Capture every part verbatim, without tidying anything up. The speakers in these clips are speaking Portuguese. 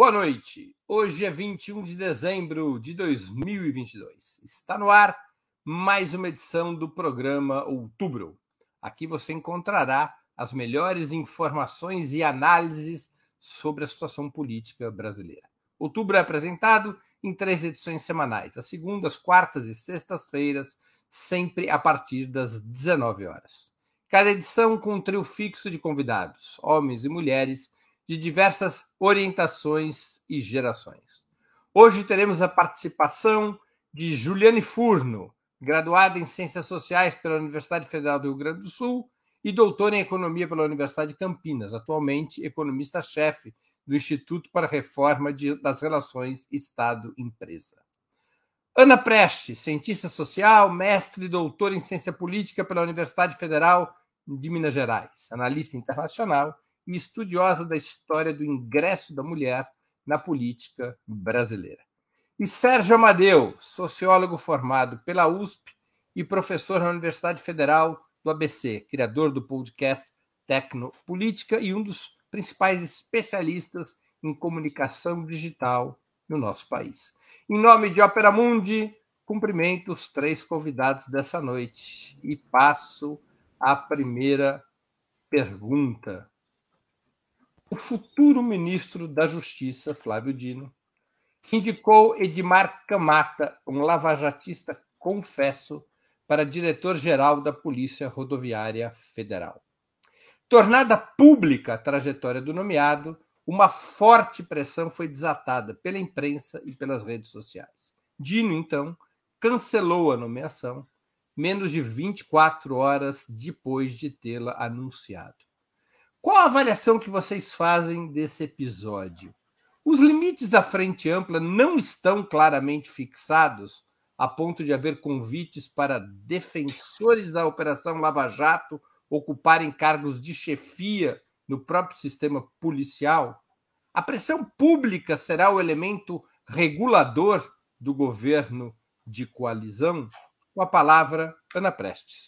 Boa noite. Hoje é vinte e um de dezembro de dois mil e vinte e dois. Está no ar mais uma edição do programa Outubro. Aqui você encontrará as melhores informações e análises sobre a situação política brasileira. Outubro é apresentado em três edições semanais, às segundas, quartas e sextas-feiras, sempre a partir das dezenove horas. Cada edição com um trio fixo de convidados, homens e mulheres, de diversas orientações e gerações. Hoje teremos a participação de Juliane Furno, graduada em Ciências Sociais pela Universidade Federal do Rio Grande do Sul e doutora em Economia pela Universidade de Campinas, atualmente economista-chefe do Instituto para a Reforma de, das Relações Estado-Empresa. Ana Preste, cientista social, mestre e doutora em Ciência Política pela Universidade Federal de Minas Gerais, analista internacional e estudiosa da história do ingresso da mulher na política brasileira. E Sérgio Amadeu, sociólogo formado pela U S P e professor na Universidade Federal do A B C, criador do podcast Tecnopolítica e um dos principais especialistas em comunicação digital no nosso país. Em nome de Opera Mundi, cumprimento os três convidados dessa noite e passo à primeira pergunta. O futuro ministro da Justiça, Flávio Dino, indicou Edmar Camatta, um lavajatista confesso, para diretor-geral da Polícia Rodoviária Federal. Tornada pública a trajetória do nomeado, uma forte pressão foi desatada pela imprensa e pelas redes sociais. Dino, então, cancelou a nomeação menos de vinte e quatro horas depois de tê-la anunciado. Qual a avaliação que vocês fazem desse episódio? Os limites da Frente Ampla não estão claramente fixados a ponto de haver convites para defensores da Operação Lava Jato ocuparem cargos de chefia no próprio sistema policial? A pressão pública será o elemento regulador do governo de coalizão? Com a palavra, Ana Prestes.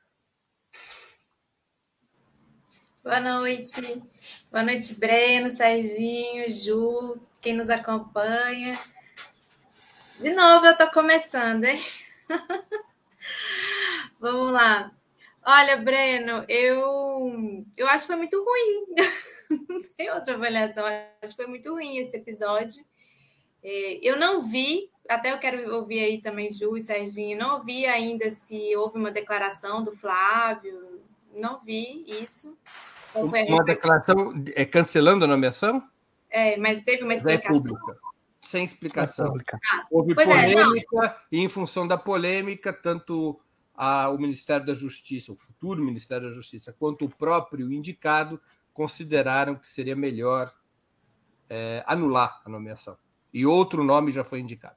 Boa noite. Boa noite, Breno, Serginho, Ju, quem nos acompanha. De novo, eu estou começando, hein? Vamos lá. Olha, Breno, eu, eu acho que foi muito ruim. Não tem outra avaliação. Acho que foi muito ruim esse episódio. Eu não vi, até eu quero ouvir aí também Ju e Serginho, não vi ainda se houve uma declaração do Flávio, não vi isso. Uma declaração é, cancelando a nomeação? É, mas teve uma explicação? É pública, sem explicação. É pública. Ah, houve polêmica é, e, em função da polêmica, tanto a, o Ministério da Justiça, o futuro Ministério da Justiça, quanto o próprio indicado, consideraram que seria melhor é, anular a nomeação. E outro nome já foi indicado.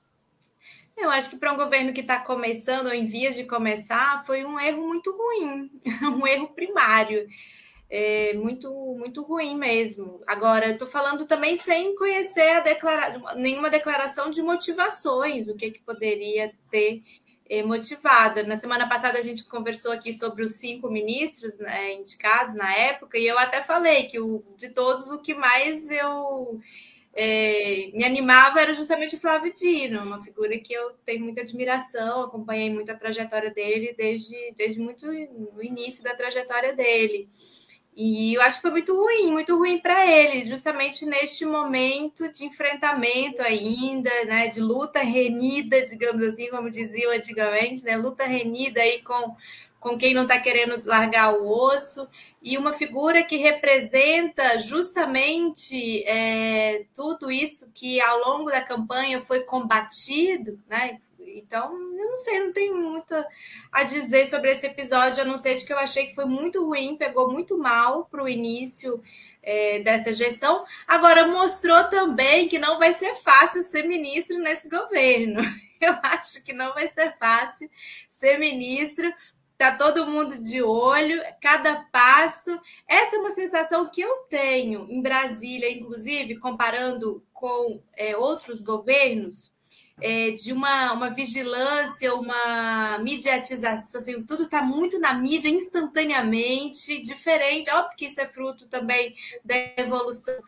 Eu acho que para um governo que está começando ou em vias de começar, foi um erro muito ruim, um erro primário. É muito, muito ruim mesmo. Agora, eu estou falando também sem conhecer a declara... nenhuma declaração de motivações, o que, que poderia ter é, motivado. Na semana passada, a gente conversou aqui sobre os cinco ministros, né, indicados na época, e eu até falei que o, de todos, o que mais eu é, me animava era justamente o Flávio Dino, uma figura que eu tenho muita admiração, acompanhei muito a trajetória dele desde, desde muito no início da trajetória dele. E eu acho que foi muito ruim, muito ruim para ele, justamente neste momento de enfrentamento ainda, né, de luta renhida, digamos assim, como diziam antigamente, né, luta renhida aí com, com quem não está querendo largar o osso, e uma figura que representa justamente é, tudo isso que ao longo da campanha foi combatido, né? Então, eu não sei, não tenho muito a dizer sobre esse episódio, a não ser de que eu achei que foi muito ruim, pegou muito mal para o início é, dessa gestão. Agora, mostrou também que não vai ser fácil ser ministro nesse governo. Eu acho que não vai ser fácil ser ministro. Está todo mundo de olho, cada passo. Essa é uma sensação que eu tenho em Brasília, inclusive, comparando com é, outros governos, É, de uma, uma vigilância, uma mediatização, assim, tudo está muito na mídia instantaneamente, diferente. Óbvio que isso é fruto também da evolução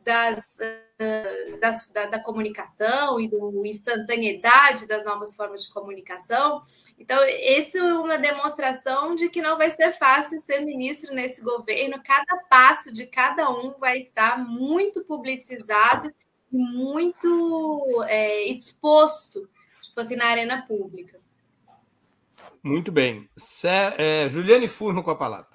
das, das, da, da comunicação e da instantaneidade das novas formas de comunicação. Então, essa é uma demonstração de que não vai ser fácil ser ministro nesse governo. Cada passo de cada um vai estar muito publicizado e muito é, exposto, tipo assim, na arena pública. Muito bem. Cé, é, Juliane Furno com a palavra.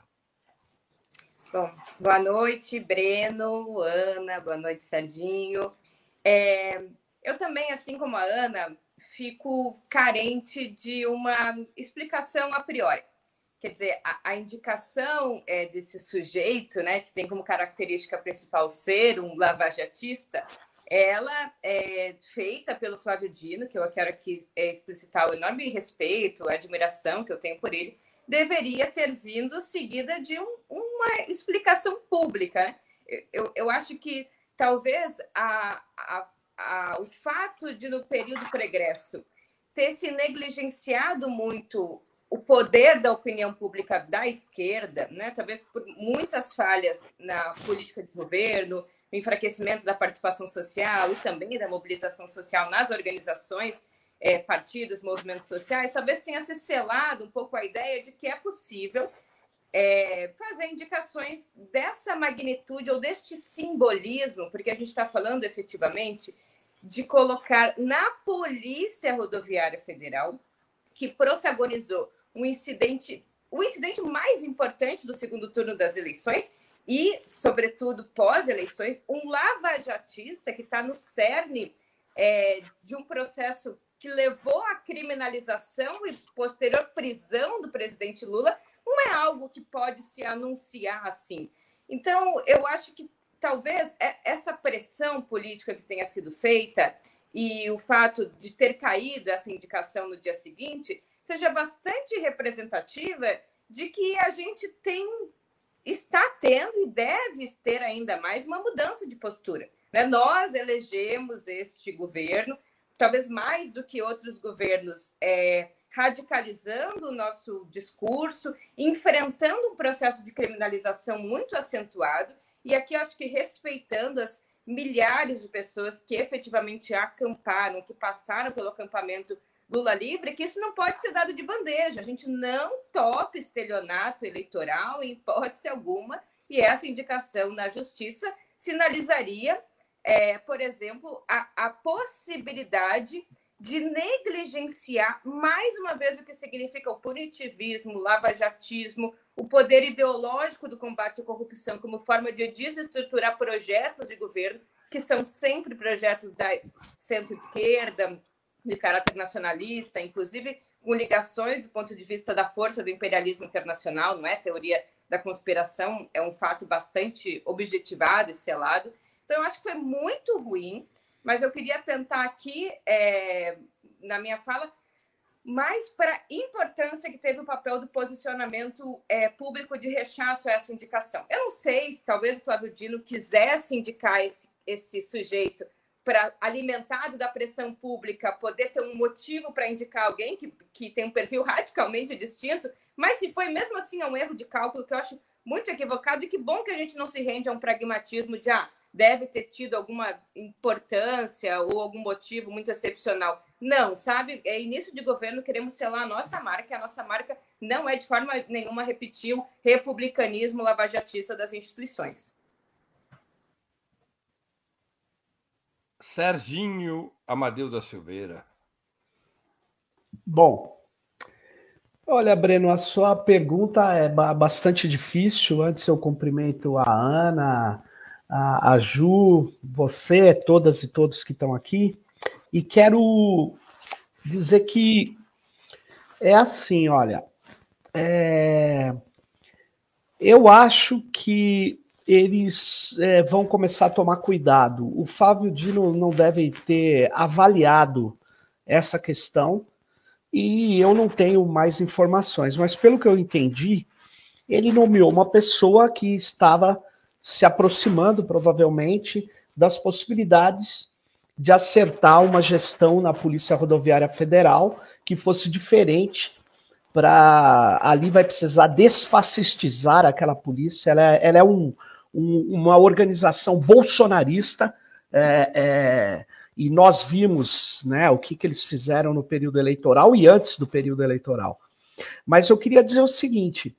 Bom, boa noite, Breno, Ana, boa noite, Serginho. É, eu também, assim como a Ana, fico carente de uma explicação a priori. Quer dizer, a, a indicação é, desse sujeito, né, que tem como característica principal ser um lavajatista, ela é feita pelo Flávio Dino, que eu quero aqui explicitar o enorme respeito, a admiração que eu tenho por ele, deveria ter vindo seguida de um, uma explicação pública. Eu, eu acho que talvez a, a, a, o fato de, no período pregresso, ter se negligenciado muito o poder da opinião pública da esquerda, né? Talvez por muitas falhas na política de governo, o enfraquecimento da participação social e também da mobilização social nas organizações, é, partidos, movimentos sociais, talvez tenha se selado um pouco a ideia de que é possível é, fazer indicações dessa magnitude ou deste simbolismo, porque a gente está falando efetivamente de colocar na Polícia Rodoviária Federal, que protagonizou um incidente, o incidente mais importante do segundo turno das eleições, e, sobretudo, pós-eleições, um lavajatista que está no cerne é, de um processo que levou à criminalização e posterior prisão do presidente Lula, não é algo que pode se anunciar assim. Então, eu acho que talvez essa pressão política que tenha sido feita e o fato de ter caído essa indicação no dia seguinte seja bastante representativa de que a gente tem... está tendo e deve ter ainda mais uma mudança de postura. Né? Nós elegemos este governo, talvez mais do que outros governos, é, radicalizando o nosso discurso, enfrentando um processo de criminalização muito acentuado, e aqui acho que respeitando as milhares de pessoas que efetivamente acamparam, que passaram pelo acampamento Lula livre, que isso não pode ser dado de bandeja. A gente não topa estelionato eleitoral em hipótese alguma, e essa indicação na justiça sinalizaria, é, por exemplo, a, a possibilidade de negligenciar mais uma vez o que significa o punitivismo, o lavajatismo, o poder ideológico do combate à corrupção como forma de desestruturar projetos de governo, que são sempre projetos da centro-esquerda, de caráter nacionalista, inclusive com ligações do ponto de vista da força do imperialismo internacional, não é? Teoria da conspiração é um fato bastante objetivado e selado. Então, eu acho que foi muito ruim, mas eu queria tentar aqui, é, na minha fala, mais para a importância que teve o papel do posicionamento é, público de rechaço a essa indicação. Eu não sei se talvez o Flávio Dino quisesse indicar esse, esse sujeito para, alimentado da pressão pública, poder ter um motivo para indicar alguém que, que tem um perfil radicalmente distinto, mas se foi mesmo assim é um erro de cálculo que eu acho muito equivocado, e que bom que a gente não se rende a um pragmatismo de, ah, deve ter tido alguma importância ou algum motivo muito excepcional. Não, sabe? É início de governo, queremos selar a nossa marca, e a nossa marca não é de forma nenhuma repetir o republicanismo lavajatista das instituições. Serginho Amadeu da Silveira. Bom, olha, Breno, a sua pergunta é bastante difícil. Antes eu cumprimento a Ana, a, a Ju, você, todas e todos que estão aqui, e quero dizer que é assim, olha, é, eu acho que eles é, vão começar a tomar cuidado. O Flávio Dino não deve ter avaliado essa questão, e eu não tenho mais informações, mas pelo que eu entendi, ele nomeou uma pessoa que estava se aproximando, provavelmente, das possibilidades de acertar uma gestão na Polícia Rodoviária Federal que fosse diferente. Para ali vai precisar desfascistizar aquela polícia. Ela é, ela é um, um, uma organização bolsonarista, é, é, e nós vimos, né, o que, que eles fizeram no período eleitoral e antes do período eleitoral. Mas eu queria dizer o seguinte,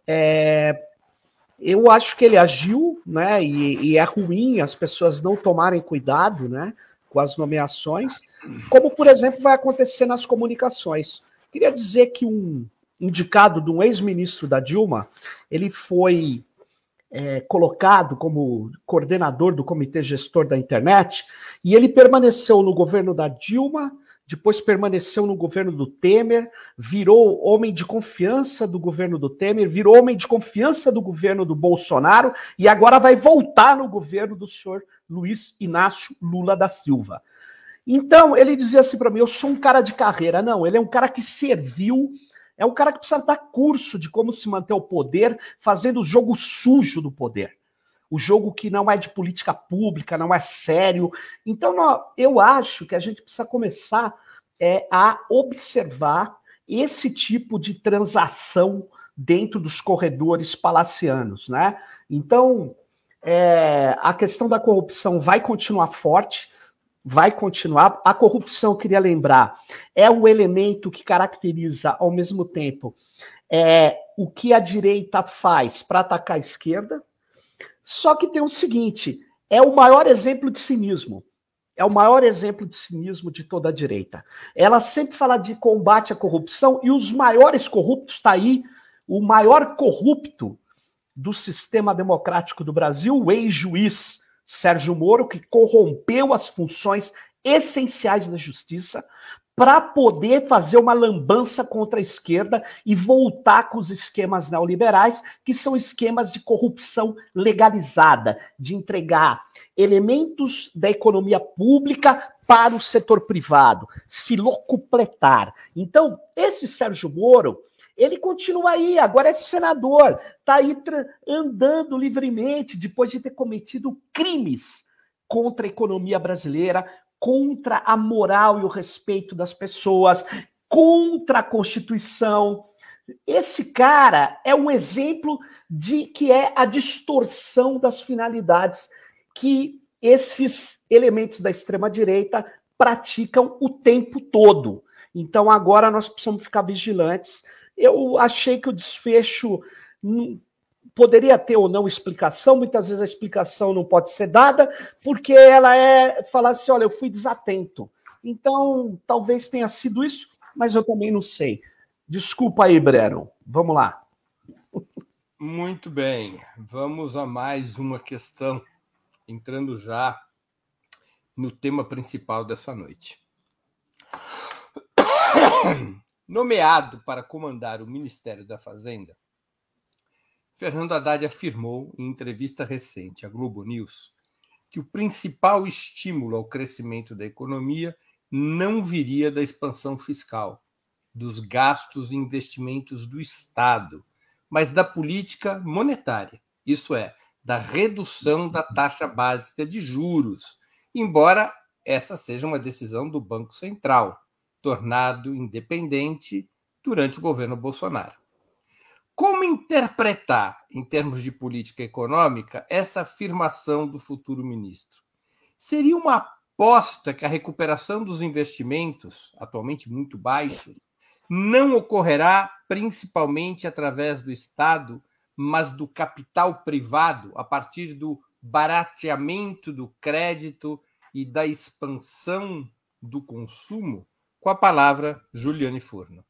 é, eu acho que ele agiu, né, e, e é ruim as pessoas não tomarem cuidado, né, com as nomeações, como, por exemplo, vai acontecer nas comunicações. Queria dizer que um indicado de um ex-ministro da Dilma, ele foi é, colocado como coordenador do Comitê Gestor da Internet, e ele permaneceu no governo da Dilma, depois permaneceu no governo do Temer, virou homem de confiança do governo do Temer, virou homem de confiança do governo do Bolsonaro, e agora vai voltar no governo do senhor Luiz Inácio Lula da Silva. Então, ele dizia assim para mim, eu sou um cara de carreira. Não, ele é um cara que serviu, é um cara que precisa dar curso de como se manter ao poder, fazendo o jogo sujo do poder. O jogo que não é de política pública, não é sério. Então, eu acho que a gente precisa começar é, a observar esse tipo de transação dentro dos corredores palacianos, né? Então, é, a questão da corrupção vai continuar forte, vai continuar. A corrupção, queria lembrar, é o elemento que caracteriza, ao mesmo tempo, é, o que a direita faz para atacar a esquerda. Só que tem o seguinte, é o maior exemplo de cinismo. É o maior exemplo de cinismo de toda a direita. Ela sempre fala de combate à corrupção e os maiores corruptos, está aí, o maior corrupto do sistema democrático do Brasil, o ex-juiz Sérgio Moro, que corrompeu as funções essenciais da justiça para poder fazer uma lambança contra a esquerda e voltar com os esquemas neoliberais, que são esquemas de corrupção legalizada, de entregar elementos da economia pública para o setor privado, se locupletar. Então, esse Sérgio Moro, ele continua aí, agora é senador, está aí andando livremente depois de ter cometido crimes contra a economia brasileira, contra a moral e o respeito das pessoas, contra a Constituição. Esse cara é um exemplo de que é a distorção das finalidades que esses elementos da extrema-direita praticam o tempo todo. Então agora nós precisamos ficar vigilantes. Eu achei que o desfecho poderia ter ou não explicação, muitas vezes a explicação não pode ser dada, porque ela é falar assim, olha, eu fui desatento. Então, talvez tenha sido isso, mas eu também não sei. Desculpa aí, Breno. Vamos lá. Muito bem. Vamos a mais uma questão, entrando já no tema principal dessa noite. Nomeado para comandar o Ministério da Fazenda, Fernando Haddad afirmou em entrevista recente à Globo News que o principal estímulo ao crescimento da economia não viria da expansão fiscal, dos gastos e investimentos do Estado, mas da política monetária, isso é, da redução da taxa básica de juros, embora essa seja uma decisão do Banco Central, tornado independente durante o governo Bolsonaro. Como interpretar, em termos de política econômica, essa afirmação do futuro ministro? Seria uma aposta que a recuperação dos investimentos, atualmente muito baixos, não ocorrerá principalmente através do Estado, mas do capital privado, a partir do barateamento do crédito e da expansão do consumo? Com a palavra, Juliane Furno.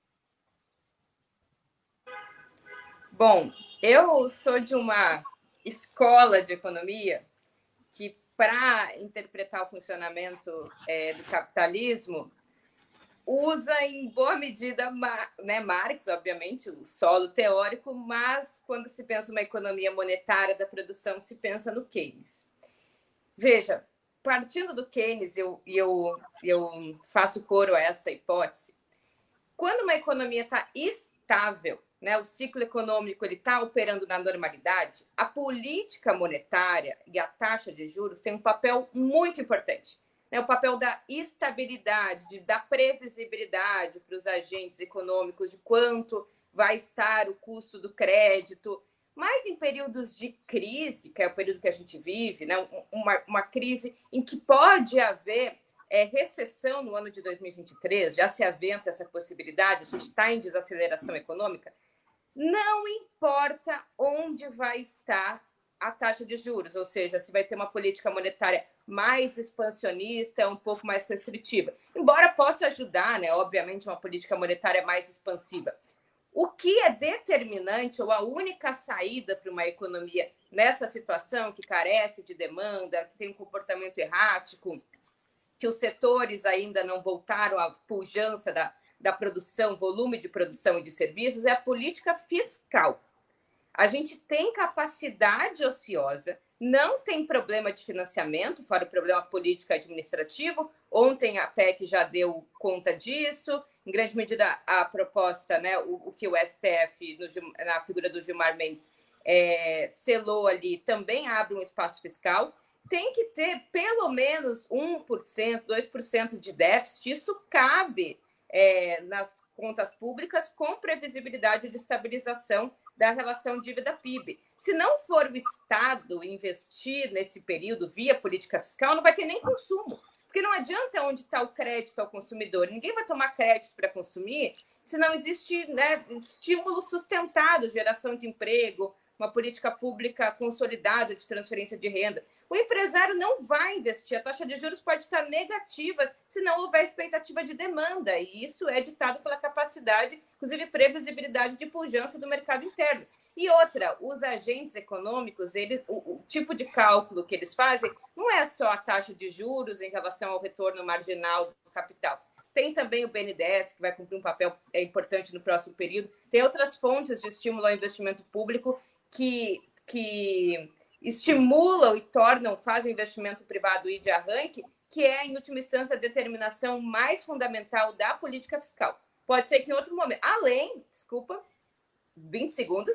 Bom, eu sou de uma escola de economia que, para interpretar o funcionamento é, do capitalismo, usa em boa medida, né, Marx, obviamente, o solo teórico, mas quando se pensa uma economia monetária da produção, se pensa no Keynes. Veja, partindo do Keynes, eu, eu, eu faço coro a essa hipótese, quando uma economia está estável, né, o ciclo econômico está operando na normalidade, a política monetária e a taxa de juros têm um papel muito importante. Né, o papel da estabilidade, de dar previsibilidade para os agentes econômicos de quanto vai estar o custo do crédito. Mas em períodos de crise, que é o período que a gente vive, né, uma, uma crise em que pode haver é, recessão no ano de dois mil e vinte e três, já se aventa essa possibilidade, a gente está em desaceleração econômica, não importa onde vai estar a taxa de juros, ou seja, se vai ter uma política monetária mais expansionista, um pouco mais restritiva. Embora possa ajudar, né, obviamente, uma política monetária mais expansiva. O que é determinante, ou a única saída para uma economia nessa situação que carece de demanda, que tem um comportamento errático, que os setores ainda não voltaram à pujança da, da produção, volume de produção e de serviços, é a política fiscal. A gente tem capacidade ociosa, não tem problema de financiamento, fora o problema político e administrativo. Ontem a P E C já deu conta disso. Em grande medida, a proposta, né, o, o que o S T F, no, na figura do Gilmar Mendes, é, selou ali, também abre um espaço fiscal. Tem que ter pelo menos um por cento, dois por cento de déficit. Isso cabe é, nas contas públicas com previsibilidade de estabilização da relação dívida-P I B. Se não for o Estado investir nesse período via política fiscal, não vai ter nem consumo. Porque não adianta onde está o crédito ao consumidor. Ninguém vai tomar crédito para consumir se não existe, né, estímulo sustentado, geração de emprego, uma política pública consolidada de transferência de renda. O empresário não vai investir. A taxa de juros pode estar negativa se não houver expectativa de demanda. E isso é ditado pela capacidade, inclusive previsibilidade de pujança do mercado interno. E outra, os agentes econômicos, eles, o, o tipo de cálculo que eles fazem não é só a taxa de juros em relação ao retorno marginal do capital. Tem também o B N D E S, que vai cumprir um papel importante no próximo período. Tem outras fontes de estímulo ao investimento público que, que estimulam e tornam, fazem o investimento privado ir de arranque, que é, em última instância, a determinação mais fundamental da política fiscal. Pode ser que em outro momento, além, desculpa, vinte segundos,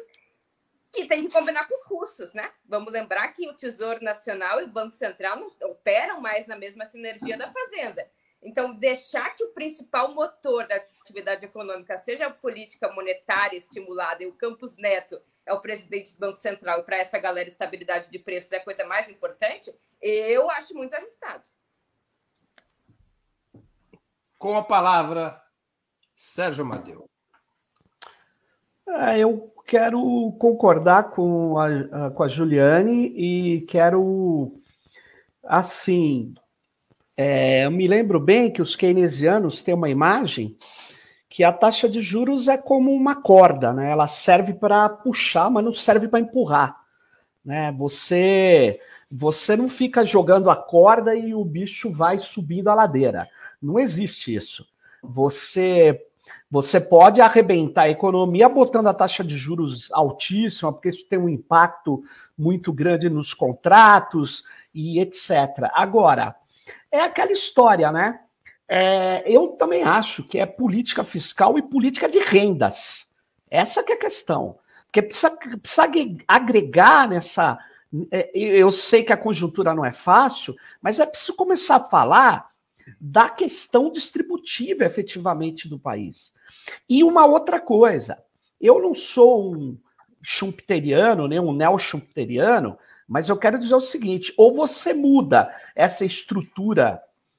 que tem que combinar com os russos, né? Vamos lembrar que o Tesouro Nacional e o Banco Central não operam mais na mesma sinergia da Fazenda. Então, deixar que o principal motor da atividade econômica seja a política monetária estimulada e o Campos Neto é o presidente do Banco Central e para essa galera estabilidade de preços é a coisa mais importante, eu acho muito arriscado. Com a palavra, Sérgio Amadeu. É, eu quero concordar com a, com a Juliane e quero, assim, é, eu me lembro bem que os keynesianos têm uma imagem que a taxa de juros é como uma corda, né? Ela serve para puxar, mas não serve para empurrar, né? Você, você não fica jogando a corda e o bicho vai subindo a ladeira. Não existe isso. Você, você pode arrebentar a economia botando a taxa de juros altíssima, porque isso tem um impacto muito grande nos contratos e etcétera. Agora, é aquela história, né? É, eu também acho que é política fiscal e política de rendas. Essa que é a questão. Porque precisa, precisa agregar nessa... Eu sei que a conjuntura não é fácil, mas é preciso começar a falar da questão distributiva, efetivamente, do país. E uma outra coisa, eu não sou um schumpeteriano, nem um neo-schumpeteriano, mas eu quero dizer o seguinte, ou você muda essa estrutura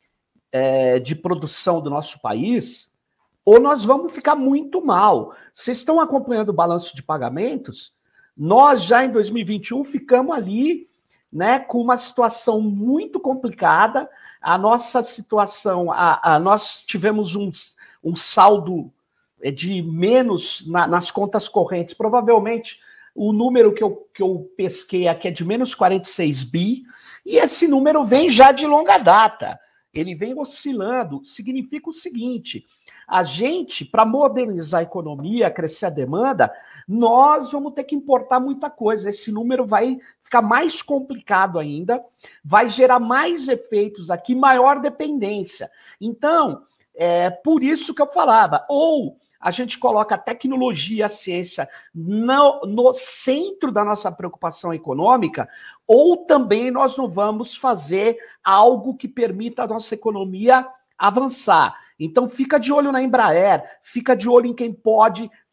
é, de produção do nosso país, ou nós vamos ficar muito mal. Vocês estão acompanhando o balanço de pagamentos? Nós já em dois mil e vinte e um ficamos ali, né, com uma situação muito complicada. A nossa situação, a, a, nós tivemos um, um saldo de menos na, nas contas correntes. Provavelmente o número que eu, que eu pesquei aqui é de menos quarenta e seis bi, e esse número vem já de longa data. Ele vem oscilando. Significa o seguinte: a gente, para modernizar a economia, crescer a demanda, nós vamos ter que importar muita coisa. Esse número vai ficar mais complicado ainda, vai gerar mais efeitos aqui, maior dependência. Então, é por isso que eu falava, ou a gente coloca a tecnologia, a ciência no, no centro da nossa preocupação econômica, ou também nós não vamos fazer algo que permita a nossa economia avançar. Então fica de olho na Embraer, fica de olho em quem pode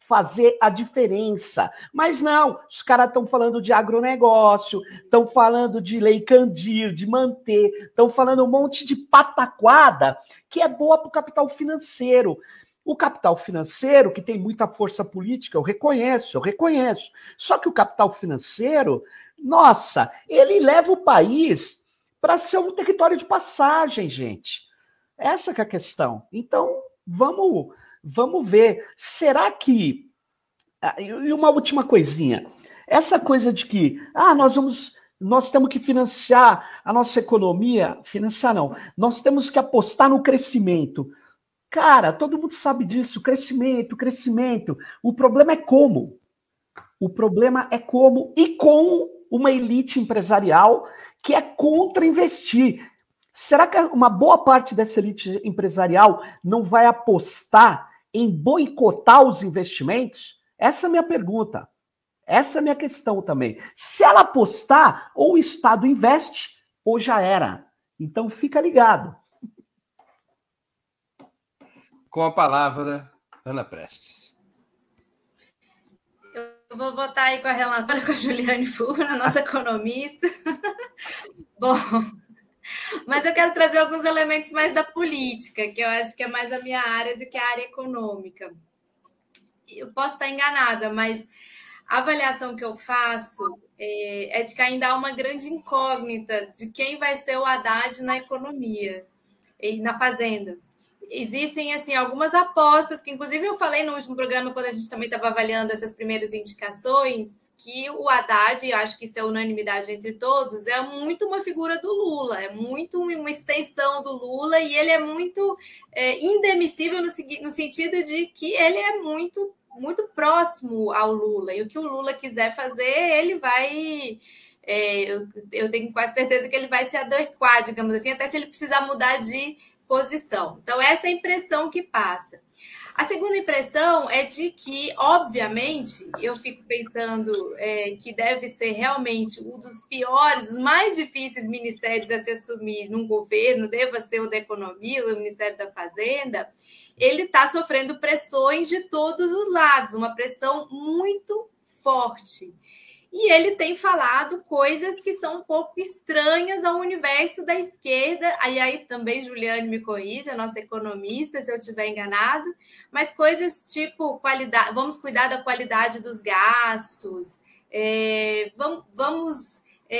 fazer a diferença. Mas não, os caras estão falando de agronegócio, estão falando de lei Candir, de manter, estão falando um monte de pataquada que é boa para o capital financeiro. O capital financeiro, que tem muita força política, eu reconheço, eu reconheço. Só que o capital financeiro, nossa, ele leva o país para ser um território de passagem, gente. Essa que é a questão. Então, vamos, vamos ver. Será que... E uma última coisinha. Essa coisa de que ah, nós vamos... Nós temos que financiar a nossa economia. Financiar não. Nós temos que apostar no crescimento. Cara, todo mundo sabe disso. Crescimento, crescimento. O problema é como. O problema é como e com uma elite empresarial que é contra investir. Será que uma boa parte dessa elite empresarial não vai apostar em boicotar os investimentos? Essa é a minha pergunta. Essa é a minha questão também. Se ela apostar, ou o Estado investe, ou já era. Então, fica ligado. Com a palavra, Ana Prestes. Eu vou votar aí com a relatora, com a Juliane Furna, nossa economista. Bom, mas eu quero trazer alguns elementos mais da política, que eu acho que é mais a minha área do que a área econômica. Eu posso estar enganada, mas a avaliação que eu faço é, é de que ainda há uma grande incógnita de quem vai ser o Haddad na economia e na Fazenda. Existem, assim, algumas apostas, que inclusive eu falei no último programa, quando a gente também estava avaliando essas primeiras indicações, que o Haddad, eu acho que isso é unanimidade entre todos, é muito uma figura do Lula, é muito uma extensão do Lula, e ele é muito é, indemissível no, no sentido de que ele é muito, muito próximo ao Lula, e o que o Lula quiser fazer, ele vai... É, eu, eu tenho quase certeza que ele vai se adequar, digamos assim, até se ele precisar mudar de posição. Então, essa é a impressão que passa. A segunda impressão é de que, obviamente, eu fico pensando é, que deve ser realmente um dos piores, os mais difíceis ministérios a se assumir num governo, deva ser o da Economia, o Ministério da Fazenda. Ele está sofrendo pressões de todos os lados, uma pressão muito forte. E ele tem falado coisas que são um pouco estranhas ao universo da esquerda. Aí, aí também Juliane me corrige, a nossa economista, se eu estiver enganado. Mas coisas tipo, qualidade, vamos cuidar da qualidade dos gastos, é, vamos, vamos,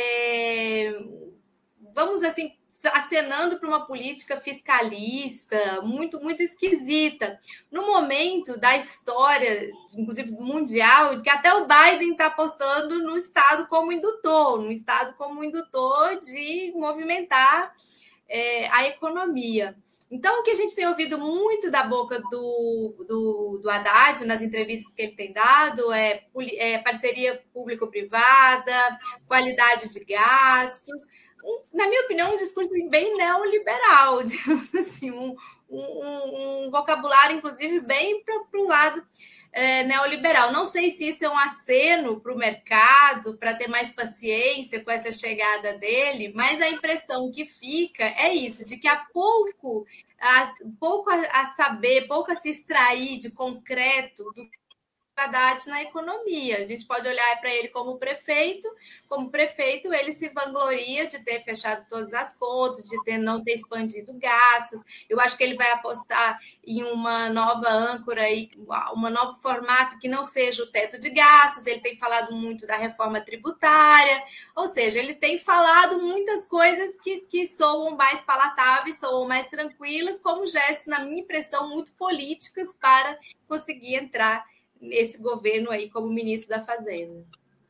é, vamos assim, acenando para uma política fiscalista muito, muito esquisita. No momento da história, inclusive mundial, de que até o Biden está apostando no Estado como indutor, no Estado como indutor de movimentar é, a economia. Então, o que a gente tem ouvido muito da boca do, do, do Haddad, nas entrevistas que ele tem dado, é, é parceria público-privada, qualidade de gastos. Na minha opinião, um discurso bem neoliberal, digamos assim, um, um, um vocabulário, inclusive, bem para o lado é, neoliberal. Não sei se isso é um aceno para o mercado, para ter mais paciência com essa chegada dele, mas a impressão que fica é isso, de que há pouco a, pouco a, a saber, pouco a se extrair de concreto do Haddad na economia. A gente pode olhar para ele como prefeito, como prefeito ele se vangloria de ter fechado todas as contas, de ter, não ter expandido gastos. Eu acho que ele vai apostar em uma nova âncora, um novo formato que não seja o teto de gastos. Ele tem falado muito da reforma tributária, ou seja, ele tem falado muitas coisas que, que soam mais palatáveis, soam mais tranquilas, como gestos, na minha impressão, muito políticos para conseguir entrar nesse governo aí como ministro da Fazenda.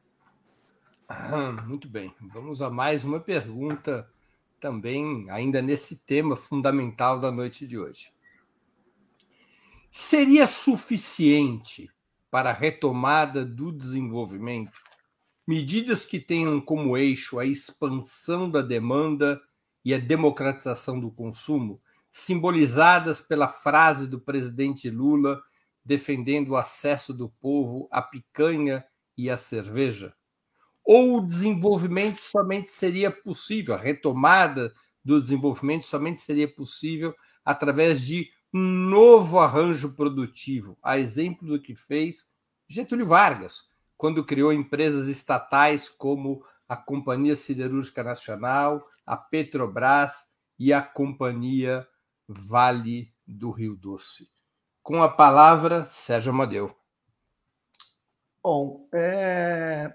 Ah, muito bem. Vamos a mais uma pergunta também, ainda nesse tema fundamental da noite de hoje. Seria suficiente para a retomada do desenvolvimento medidas que tenham como eixo a expansão da demanda e a democratização do consumo, simbolizadas pela frase do presidente Lula defendendo o acesso do povo à picanha e à cerveja? Ou o desenvolvimento somente seria possível, a retomada do desenvolvimento somente seria possível através de um novo arranjo produtivo, a exemplo do que fez Getúlio Vargas, quando criou empresas estatais como a Companhia Siderúrgica Nacional, a Petrobras e a Companhia Vale do Rio Doce. Com a palavra, Sérgio Amadeu. Bom, é...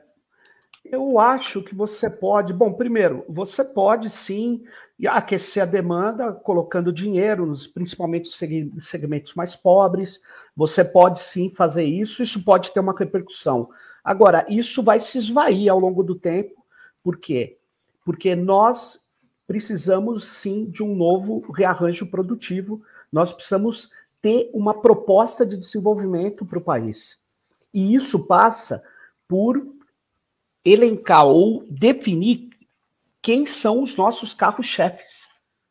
eu acho que você pode... Bom, primeiro, você pode sim aquecer a demanda colocando dinheiro, nos, principalmente nos segmentos mais pobres. Você pode sim fazer isso, isso pode ter uma repercussão. Agora, isso vai se esvair ao longo do tempo. Por quê? Porque nós precisamos sim de um novo rearranjo produtivo, nós precisamos ter uma proposta de desenvolvimento para o país. E isso passa por elencar ou definir quem são os nossos carros-chefes.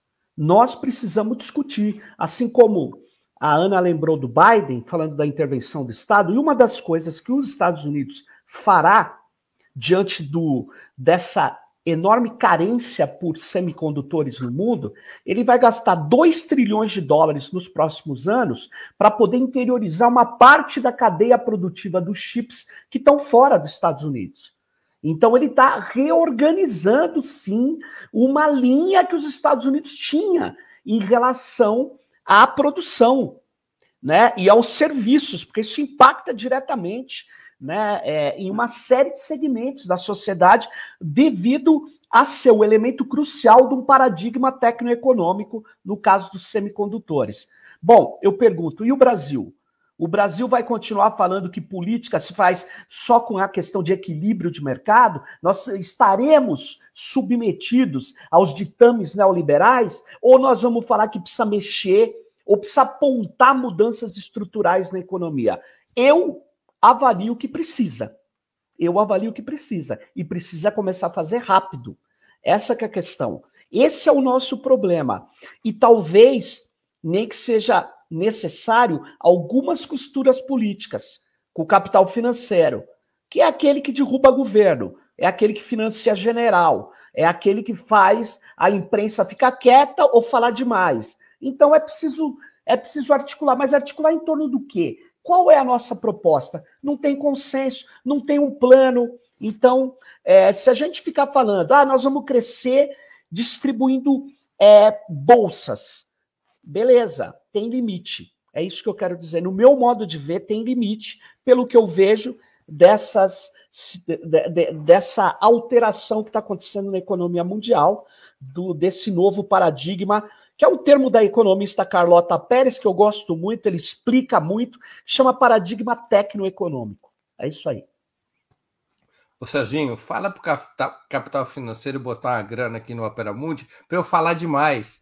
Nós precisamos discutir, assim como a Ana lembrou do Biden, falando da intervenção do Estado, e uma das coisas que os Estados Unidos fará diante do, dessa enorme carência por semicondutores no mundo, ele vai gastar dois trilhões de dólares nos próximos anos para poder interiorizar uma parte da cadeia produtiva dos chips que estão fora dos Estados Unidos. Então ele está reorganizando, sim, uma linha que os Estados Unidos tinha em relação à produção, né, e aos serviços, porque isso impacta diretamente, né, é, em uma série de segmentos da sociedade devido a ser o elemento crucial de um paradigma tecnoeconômico, no caso dos semicondutores. Bom, eu pergunto, e o Brasil? O Brasil vai continuar falando que política se faz só com a questão de equilíbrio de mercado? Nós estaremos submetidos aos ditames neoliberais? Ou nós vamos falar que precisa mexer ou precisa apontar mudanças estruturais na economia? Eu avalio que precisa. Eu avalio que precisa. E precisa começar a fazer rápido. Essa que é a questão. Esse é o nosso problema. E talvez nem que seja necessário algumas costuras políticas com o capital financeiro, que é aquele que derruba governo, é aquele que financia general, é aquele que faz a imprensa ficar quieta ou falar demais. Então é preciso, é preciso articular, mas articular em torno do quê? Qual é a nossa proposta? Não tem consenso, não tem um plano. Então, é, se a gente ficar falando, ah, nós vamos crescer distribuindo é, bolsas, beleza, tem limite. É isso que eu quero dizer. No meu modo de ver, tem limite, pelo que eu vejo dessas, de, de, dessa alteração que está acontecendo na economia mundial, do, desse novo paradigma, que é um termo da economista Carlota Pérez, que eu gosto muito, ele explica muito, chama paradigma tecnoeconômico. É isso aí. Ô Serginho, fala para o capital financeiro botar uma grana aqui no Opera Mundi para eu falar demais.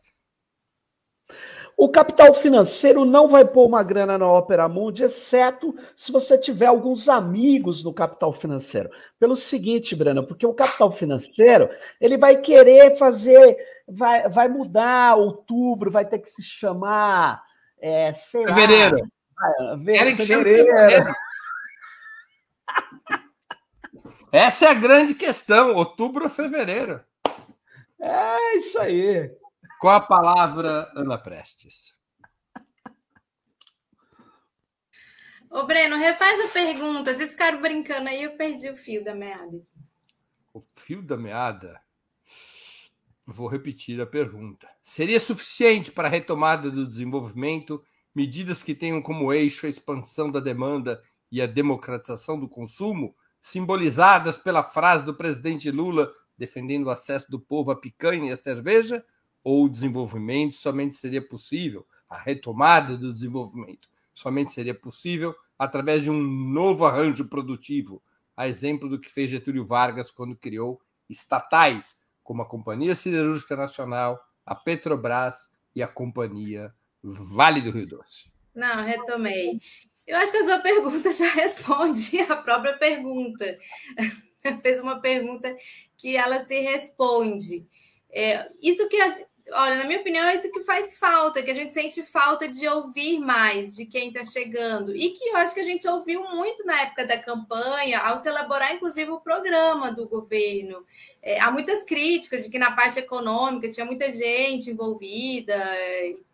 O capital financeiro não vai pôr uma grana na Opera Mundi, exceto se você tiver alguns amigos no capital financeiro. Pelo seguinte, Breno, porque o capital financeiro, ele vai querer fazer, vai, vai mudar, outubro vai ter que se chamar, é, sei fevereiro. lá... Fevereiro. fevereiro. Essa é a grande questão, outubro ou fevereiro. É isso aí. Com a palavra, Ana Prestes. Ô, Breno, refaz a pergunta. Vocês ficaram brincando aí, eu perdi o fio da meada. O fio da meada? Vou repetir a pergunta. Seria suficiente para a retomada do desenvolvimento medidas que tenham como eixo a expansão da demanda e a democratização do consumo, simbolizadas pela frase do presidente Lula defendendo o acesso do povo à picanha e à cerveja? Ou o desenvolvimento somente seria possível, a retomada do desenvolvimento somente seria possível através de um novo arranjo produtivo, a exemplo do que fez Getúlio Vargas quando criou estatais, como a Companhia Siderúrgica Nacional, a Petrobras e a Companhia Vale do Rio Doce. Não, retomei. Eu acho que a sua pergunta já responde a própria pergunta. Fez uma pergunta que ela se responde. É, isso que... Olha, na minha opinião, é isso que faz falta, que a gente sente falta de ouvir mais de quem está chegando. E que eu acho que a gente ouviu muito na época da campanha, ao se elaborar, inclusive, o programa do governo. É, há muitas críticas de que na parte econômica tinha muita gente envolvida e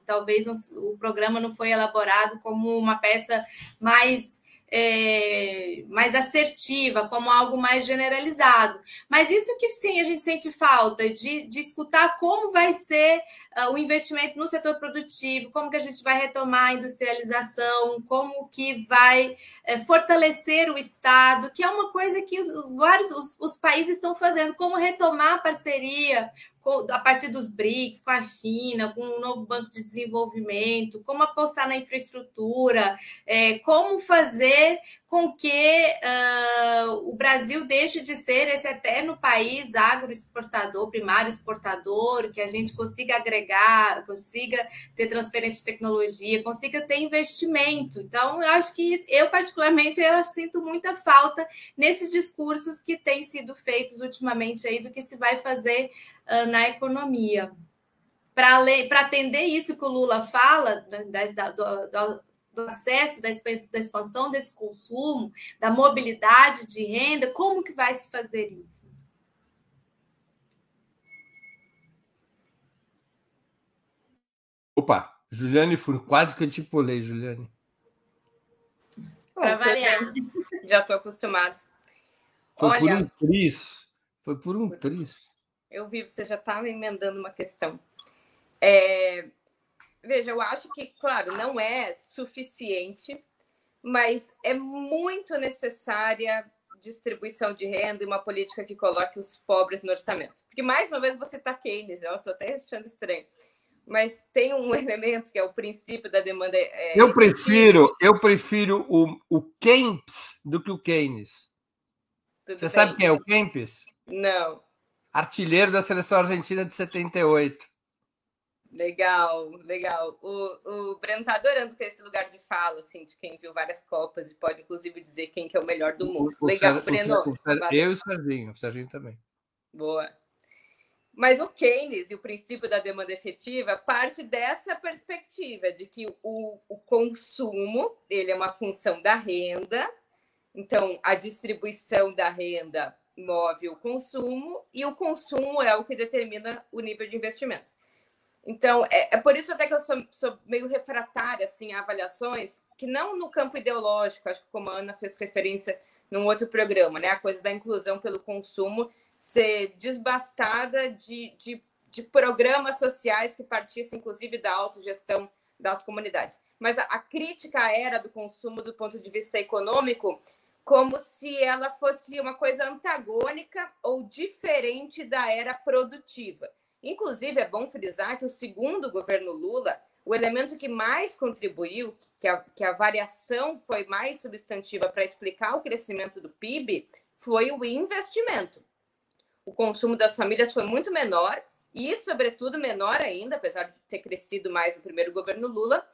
talvez não, o programa não foi elaborado como uma peça mais, é, mais assertiva, como algo mais generalizado. Mas isso que sim a gente sente falta, de, de escutar como vai ser uh, o investimento no setor produtivo, como que a gente vai retomar a industrialização, como que vai é, fortalecer o Estado, que é uma coisa que vários os, os países estão fazendo, como retomar a parceria a partir dos BRICS, com a China, com o novo Banco de Desenvolvimento, como apostar na infraestrutura, é, como fazer com que uh, o Brasil deixe de ser esse eterno país agroexportador, primário exportador, que a gente consiga agregar, consiga ter transferência de tecnologia, consiga ter investimento. Então, eu acho que eu, particularmente, eu sinto muita falta nesses discursos que têm sido feitos ultimamente aí do que se vai fazer uh, na economia. Para atender isso que o Lula fala, da, da, do, do, do acesso, da expansão desse consumo, da mobilidade de renda, como que vai se fazer isso? Opa, Juliane, quase que eu te pulei, Juliane. Para variar. Já estou acostumado. Foi Olha, por um tris. Foi por um tris. Eu vi, você já estava emendando uma questão. É... Veja, eu acho que, claro, não é suficiente, mas é muito necessária distribuição de renda e uma política que coloque os pobres no orçamento. Porque, mais uma vez, você está Keynes, eu estou até achando estranho. Mas tem um elemento que é o princípio da demanda. É, eu prefiro, eu prefiro o, o Keynes do que o Keynes. Tudo Você bem. Sabe quem é o Keynes? Não. Artilheiro da seleção argentina de setenta e oito. Legal, legal. O, o Breno tá adorando ter esse lugar de fala, assim, de quem viu várias Copas e pode, inclusive, dizer quem que é o melhor do mundo. O, legal, o, Breno. O, o, eu e o Serginho, o Serginho também. Boa. Mas o Keynes e o princípio da demanda efetiva parte dessa perspectiva de que o, o consumo ele é uma função da renda, então a distribuição da renda move o consumo e o consumo é o que determina o nível de investimento. Então, é, é por isso até que eu sou, sou meio refratária assim, a avaliações, que não no campo ideológico, acho que como a Ana fez referência num outro programa, né? A coisa da inclusão pelo consumo ser desbastada de, de, de programas sociais que partissem, inclusive, da autogestão das comunidades. Mas a, a crítica à era do consumo do ponto de vista econômico, como se ela fosse uma coisa antagônica ou diferente da era produtiva. Inclusive, é bom frisar que o segundo governo Lula, o elemento que mais contribuiu, que a, que a variação foi mais substantiva para explicar o crescimento do P I B, foi o investimento. O consumo das famílias foi muito menor e, sobretudo, menor ainda, apesar de ter crescido mais no primeiro governo Lula,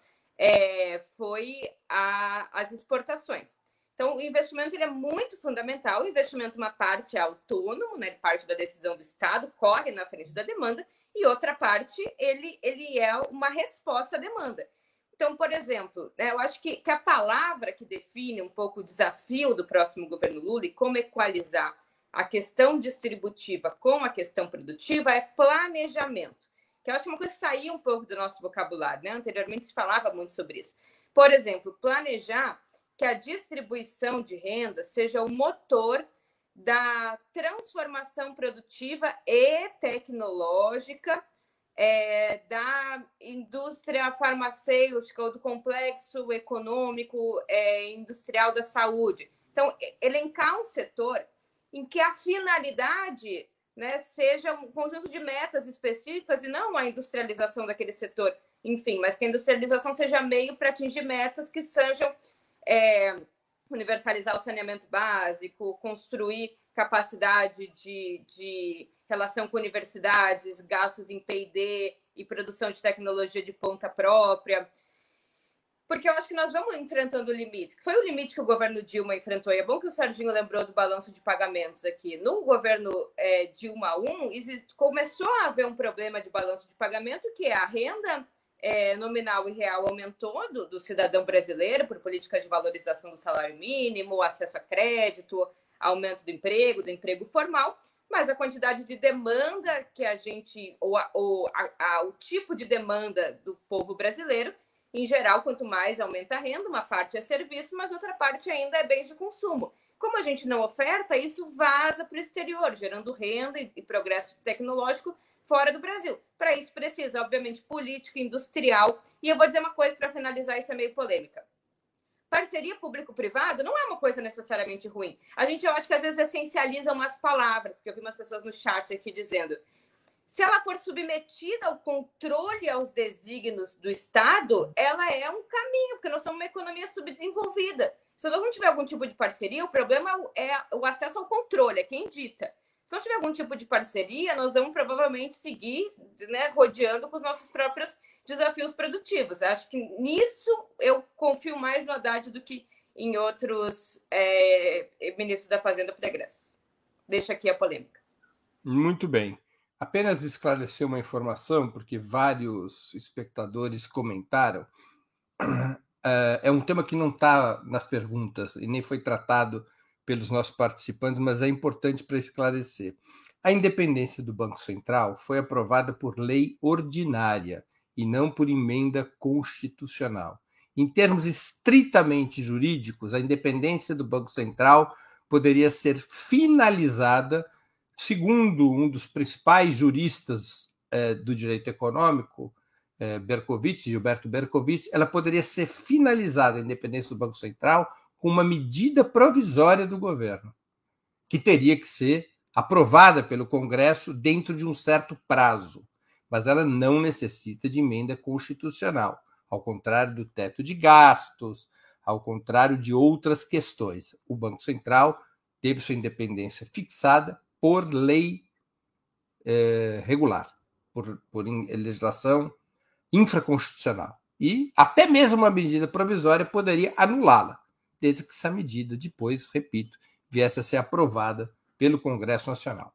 é, foi a, as exportações. Então, o investimento ele é muito fundamental. O investimento, uma parte é autônomo, né? Parte da decisão do Estado, corre na frente da demanda, e outra parte, ele, ele é uma resposta à demanda. Então, por exemplo, né, eu acho que, que a palavra que define um pouco o desafio do próximo governo Lula e como equalizar a questão distributiva com a questão produtiva é planejamento, que eu acho que é uma coisa que saía um pouco do nosso vocabulário, né? Anteriormente se falava muito sobre isso. Por exemplo, planejar que a distribuição de renda seja o motor da transformação produtiva e tecnológica é, da indústria farmacêutica ou do complexo econômico é, industrial da saúde. Então, elencar um setor em que a finalidade, né, seja um conjunto de metas específicas e não a industrialização daquele setor, enfim, mas que a industrialização seja meio para atingir metas que sejam é, universalizar o saneamento básico, construir capacidade de, de relação com universidades, gastos em P e D e produção de tecnologia de ponta própria. Porque eu acho que nós vamos enfrentando o limite. Foi o limite que o governo Dilma enfrentou. E é bom que o Serginho lembrou do balanço de pagamentos aqui. No governo é, Dilma um, começou a haver um problema de balanço de pagamento, que é a renda é, nominal e real aumentou do, do cidadão brasileiro por políticas de valorização do salário mínimo, acesso a crédito, aumento do emprego, do emprego formal, mas a quantidade de demanda que a gente, ou, a, ou a, a, o tipo de demanda do povo brasileiro, em geral, quanto mais aumenta a renda, uma parte é serviço, mas outra parte ainda é bens de consumo. Como a gente não oferta, isso vaza para o exterior, gerando renda e, e progresso tecnológico fora do Brasil. Para isso precisa, obviamente, política, industrial. E eu vou dizer uma coisa para finalizar, isso é meio polêmica. Parceria público-privado não é uma coisa necessariamente ruim. A gente, eu acho que às vezes essencializa umas palavras, porque eu vi umas pessoas no chat aqui dizendo, se ela for submetida ao controle aos desígnios do Estado, ela é um caminho, porque nós somos uma economia subdesenvolvida. Se nós não tiver algum tipo de parceria, o problema é o acesso ao controle, é quem dita. Se não tiver algum tipo de parceria, nós vamos provavelmente seguir, né, rodeando com os nossos próprios desafios produtivos. Acho que nisso eu confio mais no Haddad do que em outros é, ministros da Fazenda pregressos. Deixa aqui a polêmica. Muito bem. Apenas esclarecer uma informação, porque vários espectadores comentaram. É um tema que não está nas perguntas e nem foi tratado pelos nossos participantes, mas é importante para esclarecer. A independência do Banco Central foi aprovada por lei ordinária e não por emenda constitucional. Em termos estritamente jurídicos, a independência do Banco Central poderia ser finalizada, segundo um dos principais juristas eh, do direito econômico, eh, Berkovitch, Gilberto Berkovitch, ela poderia ser finalizada, a independência do Banco Central, com uma medida provisória do governo, que teria que ser aprovada pelo Congresso dentro de um certo prazo, mas ela não necessita de emenda constitucional, ao contrário do teto de gastos, ao contrário de outras questões. O Banco Central teve sua independência fixada por lei eh, regular, por, por legislação infraconstitucional. E até mesmo uma medida provisória poderia anulá-la, desde que essa medida depois, repito, viesse a ser aprovada pelo Congresso Nacional.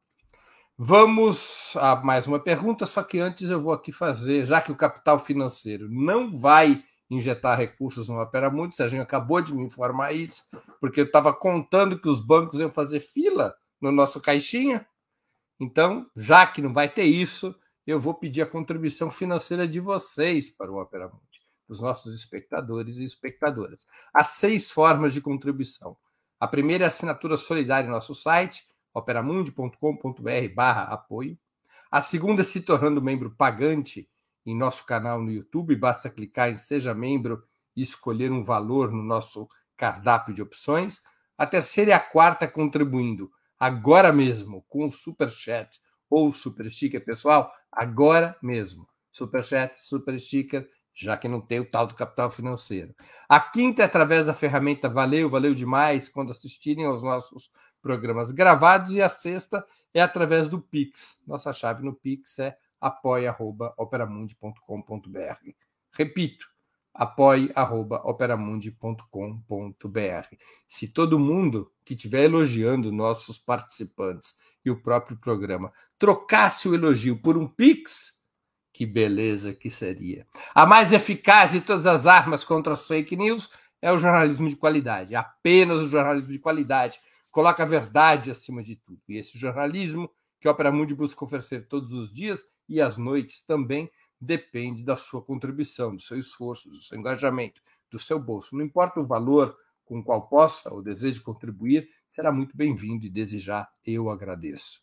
Vamos a mais uma pergunta, só que antes eu vou aqui fazer, já que o capital financeiro não vai injetar recursos no Opera Mundi, o Serginho acabou de me informar isso, porque eu estava contando que os bancos iam fazer fila no nosso caixinha. Então, já que não vai ter isso, eu vou pedir a contribuição financeira de vocês para o Opera Mundi, dos nossos espectadores e espectadoras. Há seis formas de contribuição. A primeira é a assinatura solidária em nosso site, operamundi.com.br barra apoio. A segunda é se tornando membro pagante em nosso canal no YouTube. Basta clicar em Seja Membro e escolher um valor no nosso cardápio de opções. A terceira e a quarta contribuindo agora mesmo com o Superchat ou Super Sticker. Pessoal, agora mesmo. Superchat, Super Sticker, já que não tem o tal do capital financeiro. A quinta é através da ferramenta Valeu, valeu demais quando assistirem aos nossos programas gravados, e a sexta é através do Pix. Nossa chave no Pix é apoia arroba operamundi ponto com ponto br. Repito, apoie arroba operamundi ponto com ponto br. Se todo mundo que estiver elogiando nossos participantes e o próprio programa trocasse o elogio por um Pix, que beleza que seria. A mais eficaz de todas as armas contra as fake news é o jornalismo de qualidade. Apenas o jornalismo de qualidade coloca a verdade acima de tudo. E esse jornalismo que a Opera Mundi busca oferecer todos os dias e às noites também depende da sua contribuição, do seu esforço, do seu engajamento, do seu bolso. Não importa o valor com o qual possa ou deseje contribuir, será muito bem-vindo e desde já eu agradeço.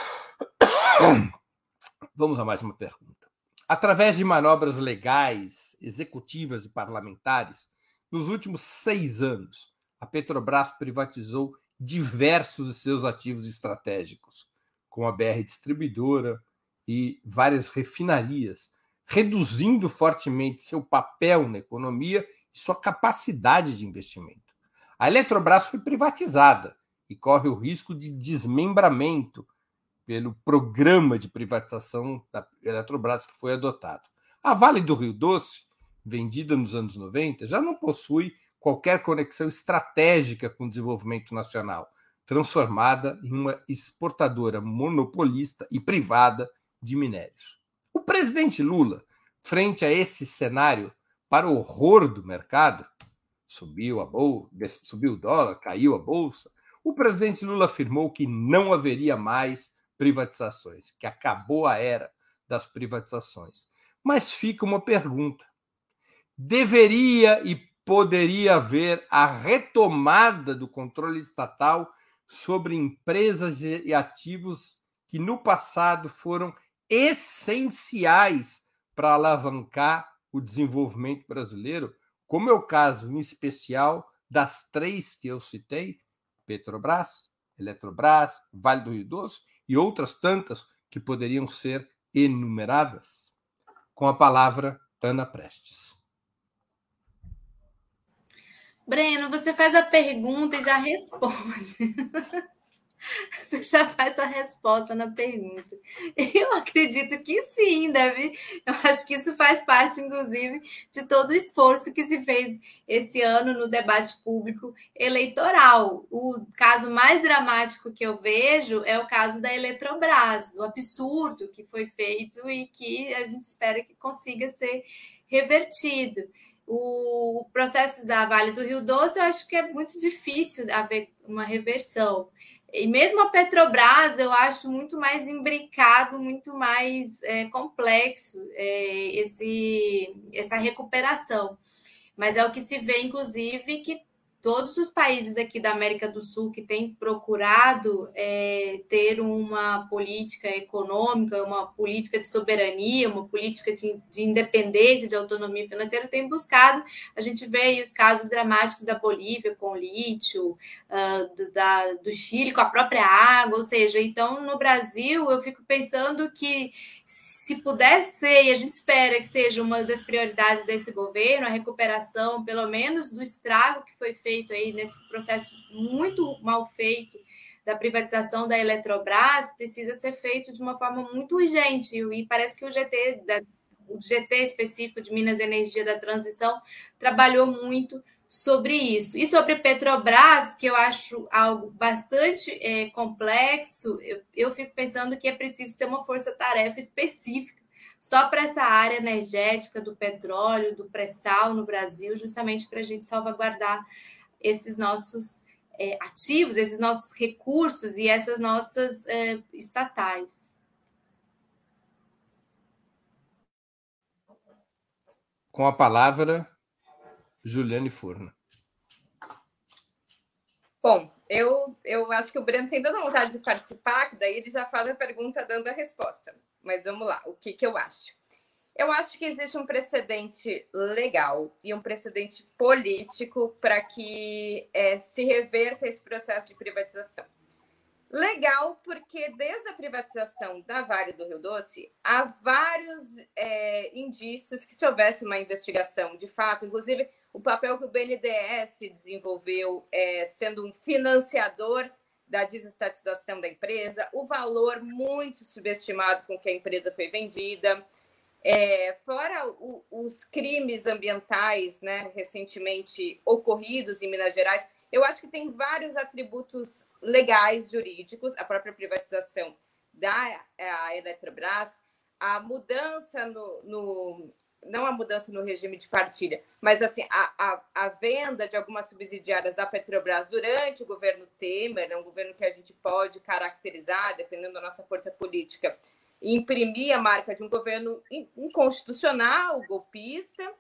Vamos a mais uma pergunta. Através de manobras legais, executivas e parlamentares, nos últimos seis anos, a Petrobras privatizou diversos de seus ativos estratégicos, como a B R Distribuidora e várias refinarias, reduzindo fortemente seu papel na economia e sua capacidade de investimento. A Eletrobras foi privatizada e corre o risco de desmembramento pelo programa de privatização da Eletrobras que foi adotado. A Vale do Rio Doce, vendida nos anos noventa, já não possui qualquer conexão estratégica com o desenvolvimento nacional, transformada em uma exportadora monopolista e privada de minérios. O presidente Lula, frente a esse cenário, para o horror do mercado, subiu a bolsa, subiu o dólar, caiu a bolsa, O presidente Lula afirmou que não haveria mais privatizações, que acabou a era das privatizações. Mas fica uma pergunta: deveria e poderia haver a retomada do controle estatal sobre empresas e ativos que no passado foram essenciais para alavancar o desenvolvimento brasileiro, como é o caso, em especial, das três que eu citei: Petrobras, Eletrobras, Vale do Rio Doce e outras tantas que poderiam ser enumeradas? Com a palavra, Ana Prestes. Breno, você faz a pergunta e já responde. Você já faz a resposta na pergunta. Eu acredito que sim, deve. Eu acho que isso faz parte, inclusive, de todo o esforço que se fez esse ano no debate público eleitoral. O caso mais dramático que eu vejo é o caso da Eletrobras, do absurdo que foi feito e que a gente espera que consiga ser revertido. O processo da Vale do Rio Doce, eu acho que é muito difícil haver uma reversão. E mesmo a Petrobras, eu acho muito mais imbricado, muito mais é, complexo é, esse, essa recuperação. Mas é o que se vê, inclusive, que todos os países aqui da América do Sul que têm procurado é, ter uma política econômica, uma política de soberania, uma política de, de independência, de autonomia financeira, têm buscado. A gente vê aí os casos dramáticos da Bolívia com o lítio, uh, do, da, do Chile com a própria água, ou seja, então no Brasil eu fico pensando que se puder ser, e a gente espera que seja uma das prioridades desse governo, a recuperação, pelo menos, do estrago que foi feito aí nesse processo muito mal feito da privatização da Eletrobras, precisa ser feito de uma forma muito urgente. E parece que o G T, da, o G T específico de Minas e Energia da Transição, trabalhou muito sobre isso. E sobre Petrobras, que eu acho algo bastante é, complexo, eu, eu fico pensando que é preciso ter uma força-tarefa específica só para essa área energética do petróleo, do pré-sal no Brasil, justamente para a gente salvaguardar esses nossos é, ativos, esses nossos recursos e essas nossas é, estatais. Com a palavra, Juliane Furna. Bom, eu, eu acho que o Breno tem tanta vontade de participar, que daí ele já faz a pergunta dando a resposta. Mas vamos lá, o que, que eu acho? Eu acho que existe um precedente legal e um precedente político para que é, se reverta esse processo de privatização. Legal, porque desde a privatização da Vale do Rio Doce, há vários é, indícios que se houvesse uma investigação de fato, inclusive o papel que o B N D E S desenvolveu é, sendo um financiador da desestatização da empresa, o valor muito subestimado com que a empresa foi vendida, é, fora o, os crimes ambientais, né, recentemente ocorridos em Minas Gerais. Eu acho que tem vários atributos legais, jurídicos, a própria privatização da a Eletrobras, a mudança no, no... não a mudança no regime de partilha, mas assim, a, a, a venda de algumas subsidiárias da Petrobras durante o governo Temer, é um governo que a gente pode caracterizar, dependendo da nossa força política, imprimir a marca de um governo inconstitucional, golpista.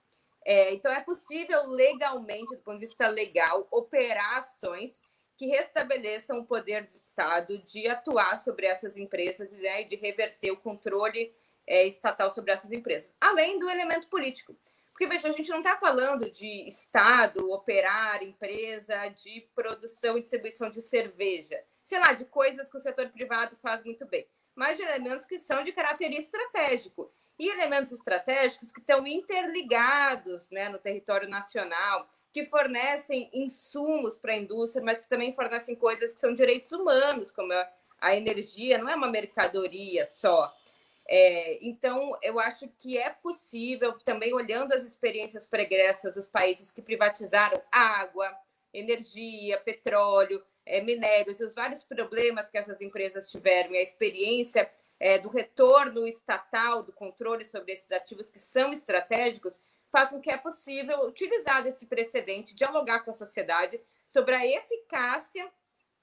É, então, é possível legalmente, do ponto de vista legal, operar ações que restabeleçam o poder do Estado de atuar sobre essas empresas, né, e de reverter o controle é, estatal sobre essas empresas, além do elemento político. Porque, veja, a gente não está falando de Estado operar empresa de produção e distribuição de cerveja, sei lá, de coisas que o setor privado faz muito bem, mas de elementos que são de caráter estratégico. E elementos estratégicos que estão interligados, né, no território nacional, que fornecem insumos para a indústria, mas que também fornecem coisas que são direitos humanos, como a, a energia, não é uma mercadoria só. É, então, eu acho que é possível, também olhando as experiências pregressas dos países que privatizaram água, energia, petróleo, é, minérios, e os vários problemas que essas empresas tiveram, e a experiência É, do retorno estatal, do controle sobre esses ativos que são estratégicos, faz com que é possível utilizar esse precedente, dialogar com a sociedade sobre a eficácia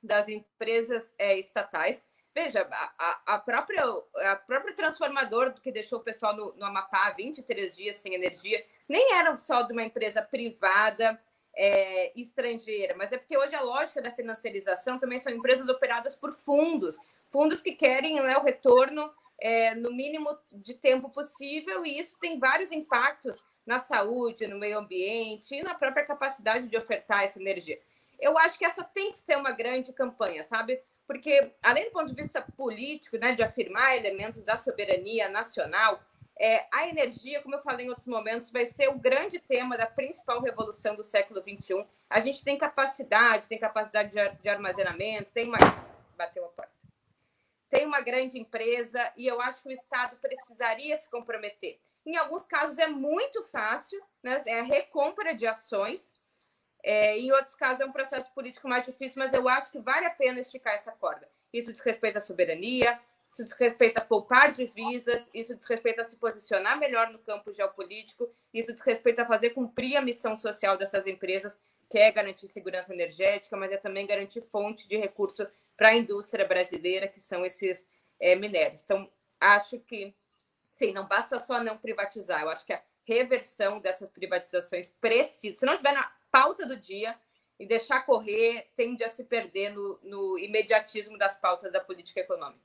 das empresas é, estatais. Veja, a, a, própria, a própria transformadora que deixou o pessoal no, no Amapá vinte e três dias sem energia, nem era só de uma empresa privada é, estrangeira, mas é porque hoje a lógica da financiarização também são empresas operadas por fundos, fundos que querem, né, o retorno é, no mínimo de tempo possível, e isso tem vários impactos na saúde, no meio ambiente e na própria capacidade de ofertar essa energia. Eu acho que essa tem que ser uma grande campanha, sabe? Porque, além do ponto de vista político, né, de afirmar elementos da soberania nacional, é, a energia, como eu falei em outros momentos, vai ser o grande tema da principal revolução do século vinte e um. A gente tem capacidade, tem capacidade de, de armazenamento, tem uma... Bateu a porta. Tem uma grande empresa e eu acho que o Estado precisaria se comprometer. Em alguns casos é muito fácil, né, é a recompra de ações. É, em outros casos é um processo político mais difícil, mas eu acho que vale a pena esticar essa corda. Isso diz respeito à soberania, isso diz respeito a poupar divisas, isso diz respeito a se posicionar melhor no campo geopolítico, isso diz respeito a fazer cumprir a missão social dessas empresas, que é garantir segurança energética, mas é também garantir fonte de recurso para a indústria brasileira, que são esses é, minérios. Então, acho que, sim, não basta só não privatizar, eu acho que a reversão dessas privatizações precisa, se não tiver na pauta do dia e deixar correr, tende a se perder no, no imediatismo das pautas da política econômica.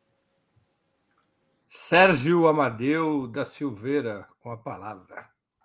Sérgio Amadeu da Silveira, com a palavra.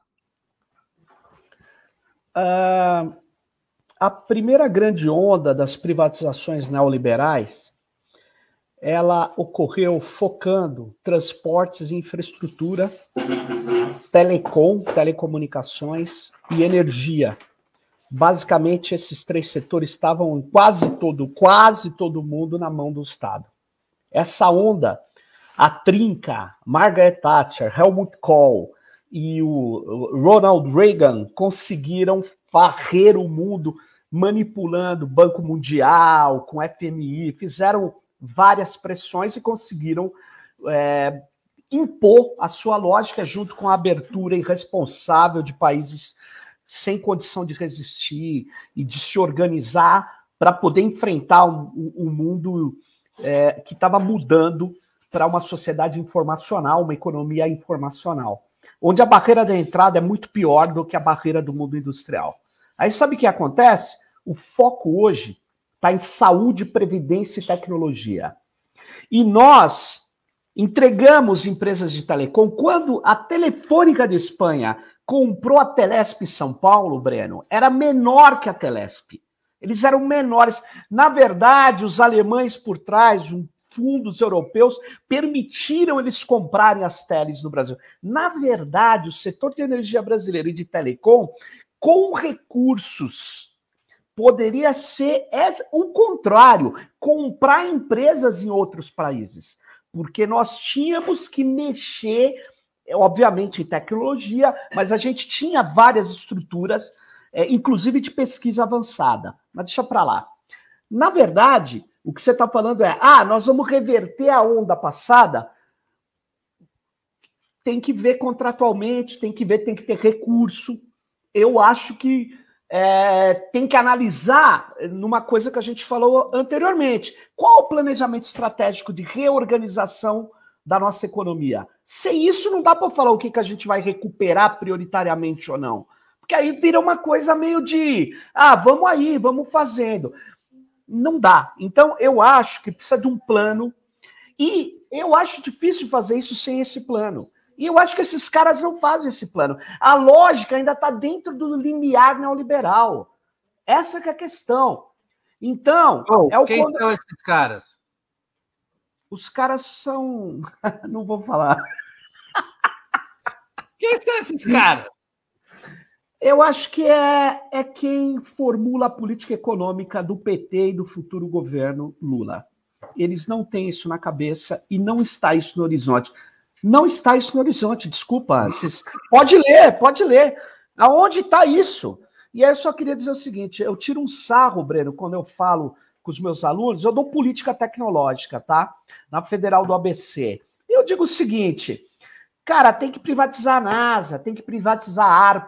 Uh, a primeira grande onda das privatizações neoliberais, ela ocorreu focando transportes e infraestrutura, telecom, telecomunicações e energia. Basicamente, esses três setores estavam quase todo, quase todo mundo na mão do Estado. Essa onda, a trinca, Margaret Thatcher, Helmut Kohl e o Ronald Reagan conseguiram varrer o mundo manipulando o Banco Mundial, com F M I, fizeram várias pressões e conseguiram é, impor a sua lógica junto com a abertura irresponsável de países sem condição de resistir e de se organizar para poder enfrentar um, um mundo é, que estava mudando para uma sociedade informacional, uma economia informacional, onde a barreira da entrada é muito pior do que a barreira do mundo industrial. Aí sabe o que acontece? O foco hoje está em saúde, previdência e tecnologia. E nós entregamos empresas de telecom. Quando a Telefônica de Espanha comprou a Telesp em São Paulo, Breno, era menor que a Telesp. Eles eram menores. Na verdade, os alemães por trás, um fundos europeus, permitiram eles comprarem as teles no Brasil. Na verdade, o setor de energia brasileiro e de telecom, com recursos, poderia ser o contrário, comprar empresas em outros países, porque nós tínhamos que mexer, obviamente, em tecnologia, mas a gente tinha várias estruturas, é, inclusive de pesquisa avançada. Mas deixa para lá. Na verdade, o que você está falando é, ah, nós vamos reverter a onda passada. Tem que ver contratualmente, tem que ver, tem que ter recurso. Eu acho que é, tem que analisar numa coisa que a gente falou anteriormente. Qual o planejamento estratégico de reorganização da nossa economia? Sem isso, não dá para falar o que, que a gente vai recuperar prioritariamente ou não. Porque aí vira uma coisa meio de, ah, vamos aí, vamos fazendo. Não dá. Então, eu acho que precisa de um plano e eu acho difícil fazer isso sem esse plano. E eu acho que esses caras não fazem esse plano. A lógica ainda está dentro do limiar neoliberal. Essa que é a questão. Então, oh, é o quem quando... são esses caras? Os caras são... não vou falar. Quem são esses caras? Eu acho que é, é quem formula a política econômica do P T e do futuro governo Lula. Eles não têm isso na cabeça e não está isso no horizonte. Não está isso no horizonte, desculpa. Vocês... Pode ler, pode ler. Aonde está isso? E aí eu só queria dizer o seguinte, eu tiro um sarro, Breno, quando eu falo com os meus alunos, eu dou política tecnológica, tá? Na Federal do A B C. E eu digo o seguinte, cara, tem que privatizar a NASA, tem que privatizar a ARPA.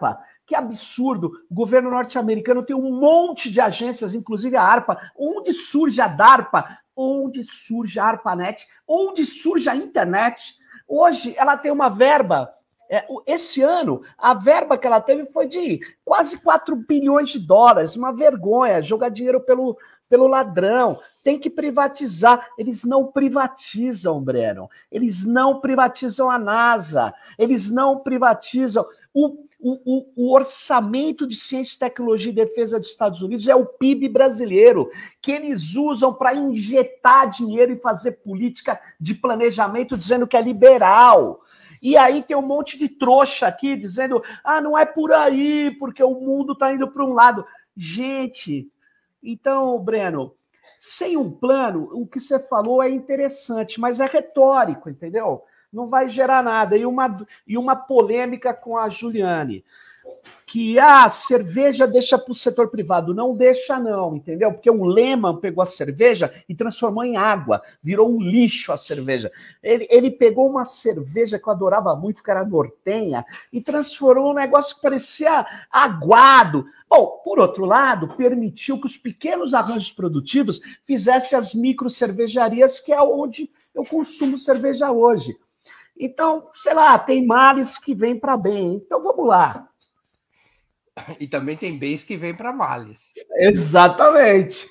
Que absurdo! O governo norte-americano tem um monte de agências, inclusive a ARPA. Onde surge a DARPA? Onde surge a ARPANET? Onde surge a internet? Hoje ela tem uma verba. É, esse ano, a verba que ela teve foi de quase quatro bilhões de dólares. Uma vergonha, jogar dinheiro pelo, pelo ladrão. Tem que privatizar. Eles não privatizam, Breno. Eles não privatizam a NASA. Eles não privatizam. O, o, o orçamento de ciência, tecnologia e defesa dos Estados Unidos é o P I B brasileiro, que eles usam para injetar dinheiro e fazer política de planejamento dizendo que é liberal. E aí tem um monte de trouxa aqui dizendo, ah, não é por aí, porque o mundo está indo para um lado. Gente, então, Breno, sem um plano, o que você falou é interessante, mas é retórico, entendeu? Não vai gerar nada. E uma, e uma polêmica com a Juliane, que a ah, cerveja deixa para o setor privado. Não deixa não, entendeu? Porque o Lehman pegou a cerveja e transformou em água. Virou um lixo a cerveja. Ele, ele pegou uma cerveja que eu adorava muito, que era nortenha, e transformou um negócio que parecia aguado. Bom, por outro lado, permitiu que os pequenos arranjos produtivos fizessem as micro cervejarias, que é onde eu consumo cerveja hoje. Então, sei lá, tem males que vêm para bem. Então, vamos lá. E também tem bens que vêm para males. Exatamente.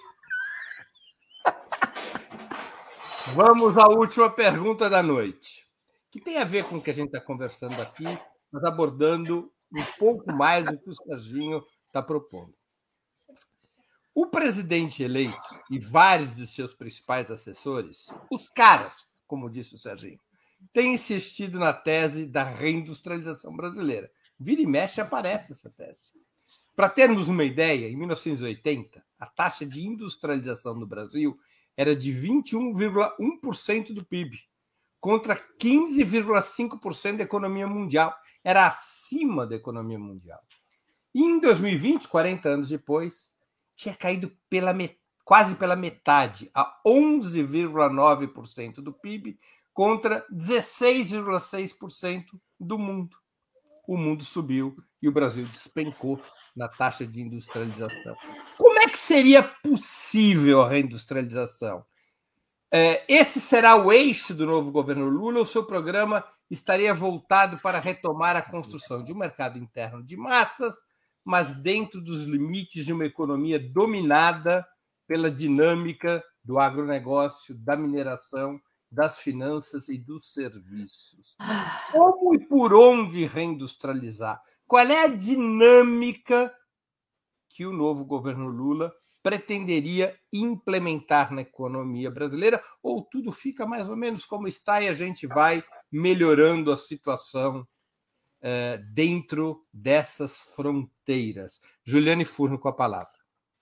Vamos à última pergunta da noite, que tem a ver com o que a gente está conversando aqui, mas abordando um pouco mais o que o Serginho está propondo. O presidente eleito e vários dos seus principais assessores, os caras, como disse o Serginho, têm insistido na tese da reindustrialização brasileira. Vira e mexe aparece essa tese. Para termos uma ideia, em mil novecentos e oitenta, a taxa de industrialização do Brasil era de vinte e um vírgula um por cento do P I B, contra quinze vírgula cinco por cento da economia mundial. Era acima da economia mundial. E em dois mil e vinte, quarenta anos depois, tinha caído pela met... quase pela metade, a onze vírgula nove por cento do P I B, contra dezesseis vírgula seis por cento do mundo. O mundo subiu e o Brasil despencou na taxa de industrialização. Como é que seria possível a reindustrialização? Esse será o eixo do novo governo Lula? O seu programa estaria voltado para retomar a construção de um mercado interno de massas, mas dentro dos limites de uma economia dominada pela dinâmica do agronegócio, da mineração, das finanças e dos serviços. Como e por onde reindustrializar? Qual é a dinâmica que o novo governo Lula pretenderia implementar na economia brasileira? Ou tudo fica mais ou menos como está e a gente vai melhorando a situação eh, dentro dessas fronteiras? Juliane Furno com a palavra.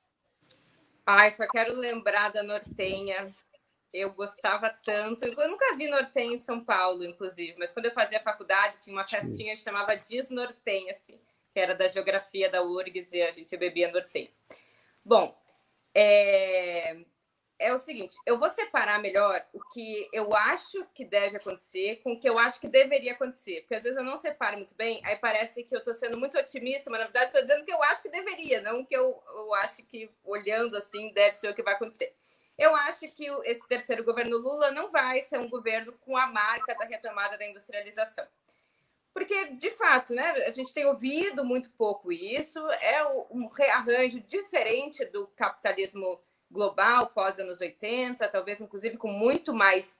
Ai, só quero lembrar da Nortenha. Eu gostava tanto. Eu nunca vi Nortenha em São Paulo, inclusive, mas quando eu fazia faculdade, tinha uma festinha que chamava Desnortenha-se, que era da geografia da U R G S, e a gente bebia Nortenha. Bom, é... é o seguinte, eu vou separar melhor o que eu acho que deve acontecer com o que eu acho que deveria acontecer, porque às vezes eu não separo muito bem, aí parece que eu estou sendo muito otimista, mas na verdade estou dizendo que eu acho que deveria, não o que eu, eu acho que, olhando assim, deve ser o que vai acontecer. Eu acho que esse terceiro governo Lula não vai ser um governo com a marca da retomada da industrialização. Porque, de fato, né, a gente tem ouvido muito pouco isso, é um rearranjo diferente do capitalismo global pós-anos oitenta, talvez, inclusive, com muito mais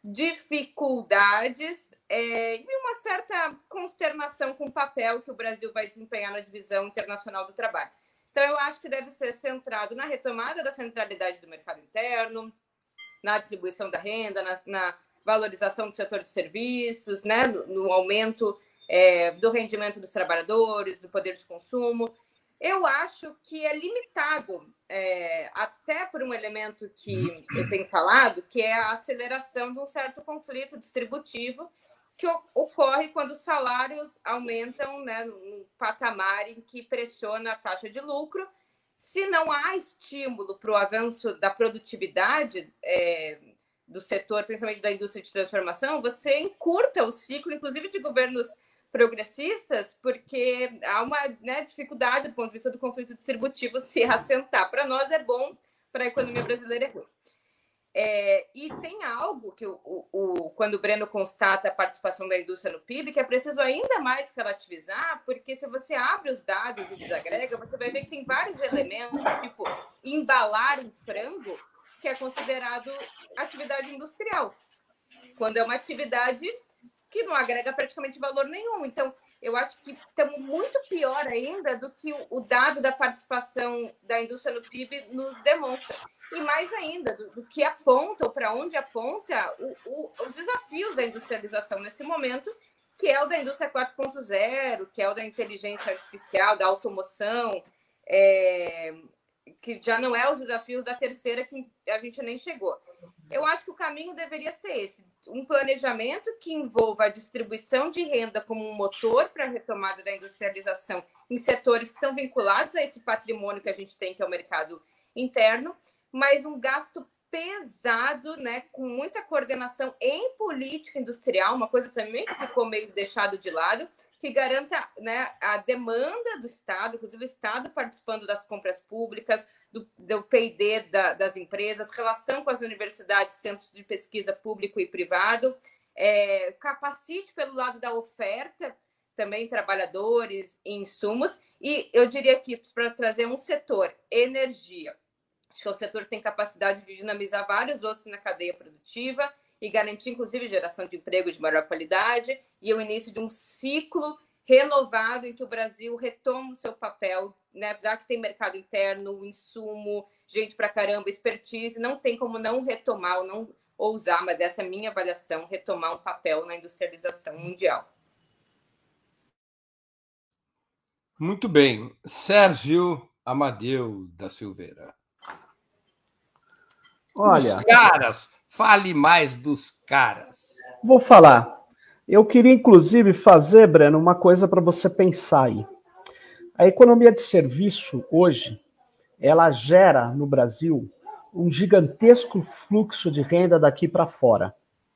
dificuldades é, e uma certa consternação com o papel que o Brasil vai desempenhar na divisão internacional do trabalho. Então, eu acho que deve ser centrado na retomada da centralidade do mercado interno, na distribuição da renda, na, na valorização do setor de serviços, né, no, no aumento é, do rendimento dos trabalhadores, do poder de consumo. Eu acho que é limitado, é, até por um elemento que eu tenho falado, que é a aceleração de um certo conflito distributivo que ocorre quando os salários aumentam, né, num patamar em que pressiona a taxa de lucro. Se não há estímulo para o avanço da produtividade é, do setor, principalmente da indústria de transformação, você encurta o ciclo, inclusive de governos progressistas, porque há uma, né, dificuldade do ponto de vista do conflito distributivo se assentar. Para nós é bom, para a economia brasileira é ruim. É, e tem algo que, o, o, o, quando o Breno constata a participação da indústria no P I B, que é preciso ainda mais relativizar, porque se você abre os dados e desagrega, você vai ver que tem vários elementos, tipo embalar um frango, que é considerado atividade industrial, quando é uma atividade que não agrega praticamente valor nenhum. Então, eu acho que estamos muito pior ainda do que o dado da participação da indústria no P I B nos demonstra. E mais ainda, do, do que aponta, ou para onde aponta, o, o, os desafios da industrialização nesse momento, que é o da indústria quatro ponto zero, que é o da inteligência artificial, da automoção, é, que já não é os desafios da terceira, que a gente nem chegou. Eu acho que o caminho deveria ser esse, um planejamento que envolva a distribuição de renda como um motor para a retomada da industrialização em setores que são vinculados a esse patrimônio que a gente tem, que é o mercado interno, mas um gasto pesado, né, com muita coordenação em política industrial, uma coisa também que ficou meio deixado de lado, que garanta, né, a demanda do Estado, inclusive o Estado participando das compras públicas, do, do P e D da, das empresas, relação com as universidades, centros de pesquisa público e privado, é, capacite pelo lado da oferta também trabalhadores e insumos, e eu diria que para trazer um setor, energia, acho que o setor tem capacidade de dinamizar vários outros na cadeia produtiva e garantir, inclusive, geração de emprego de maior qualidade e o início de um ciclo renovado em que o Brasil retoma o seu papel, né? Já que tem mercado interno, insumo, gente pra caramba, expertise, não tem como não retomar ou não ousar, mas essa é a minha avaliação, retomar um papel na industrialização mundial. Muito bem. Sérgio Amadeu da Silveira. Olha, os caras, fale mais dos caras. Vou falar. Eu queria, inclusive, fazer, Breno, uma coisa para você pensar aí. A economia de serviço, hoje, ela gera, no Brasil, um gigantesco fluxo de renda daqui para fora.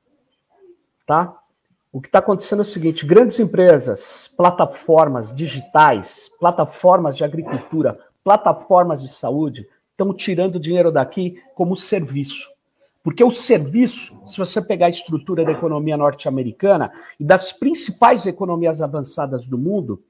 Tá? O que está acontecendo é o seguinte, grandes empresas, plataformas digitais, plataformas de agricultura, plataformas de saúde, estão tirando dinheiro daqui como serviço. Porque o serviço, se você pegar a estrutura da economia norte-americana e das principais economias avançadas do mundo,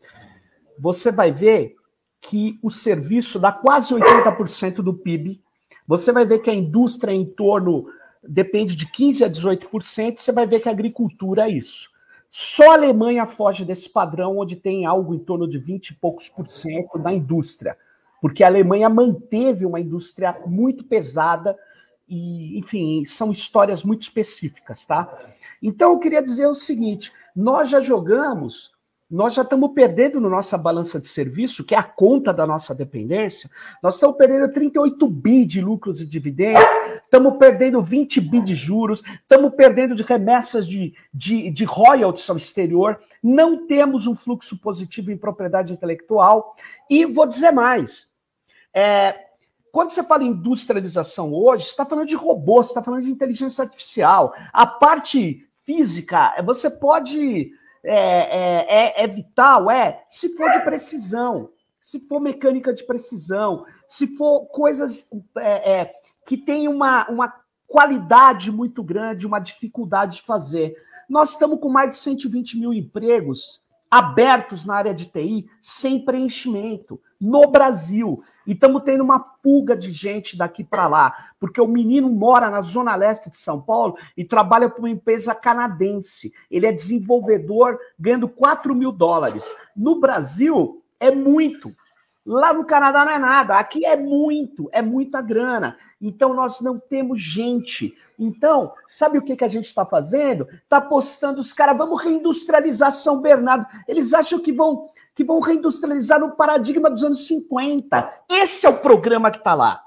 você vai ver que o serviço dá quase oitenta por cento do P I B. Você vai ver que a indústria é em torno, depende de quinze a dezoito por cento, você vai ver que a agricultura é isso. Só a Alemanha foge desse padrão, onde tem algo em torno de vinte e poucos por cento da indústria. Porque a Alemanha manteve uma indústria muito pesada e, enfim, são histórias muito específicas, tá? Então, eu queria dizer o seguinte, nós já jogamos, nós já estamos perdendo na nossa balança de serviço, que é a conta da nossa dependência, nós estamos perdendo trinta e oito bi de lucros e dividendos, estamos perdendo vinte bi de juros, estamos perdendo de remessas de, de, de royalties ao exterior, não temos um fluxo positivo em propriedade intelectual, e vou dizer mais, É, quando você fala em industrialização hoje, você está falando de robôs, você está falando de inteligência artificial. A parte física, você pode... É, é, é, é vital, é, se for de precisão, se for mecânica de precisão, se for coisas é, é, que tem uma, uma qualidade muito grande, uma dificuldade de fazer. Nós estamos com mais de cento e vinte mil empregos abertos na área de T I, sem preenchimento, no Brasil. E estamos tendo uma fuga de gente daqui para lá, porque o menino mora na zona leste de São Paulo e trabalha para uma empresa canadense. Ele é desenvolvedor, ganhando quatro mil dólares. No Brasil, é muito. Lá no Canadá não é nada. Aqui é muito, é muita grana. Então, nós não temos gente. Então, sabe o que, que a gente está fazendo? Está apostando os caras, vamos reindustrializar São Bernardo. Eles acham que vão, que vão reindustrializar no paradigma dos anos cinquenta. Esse é o programa que está lá.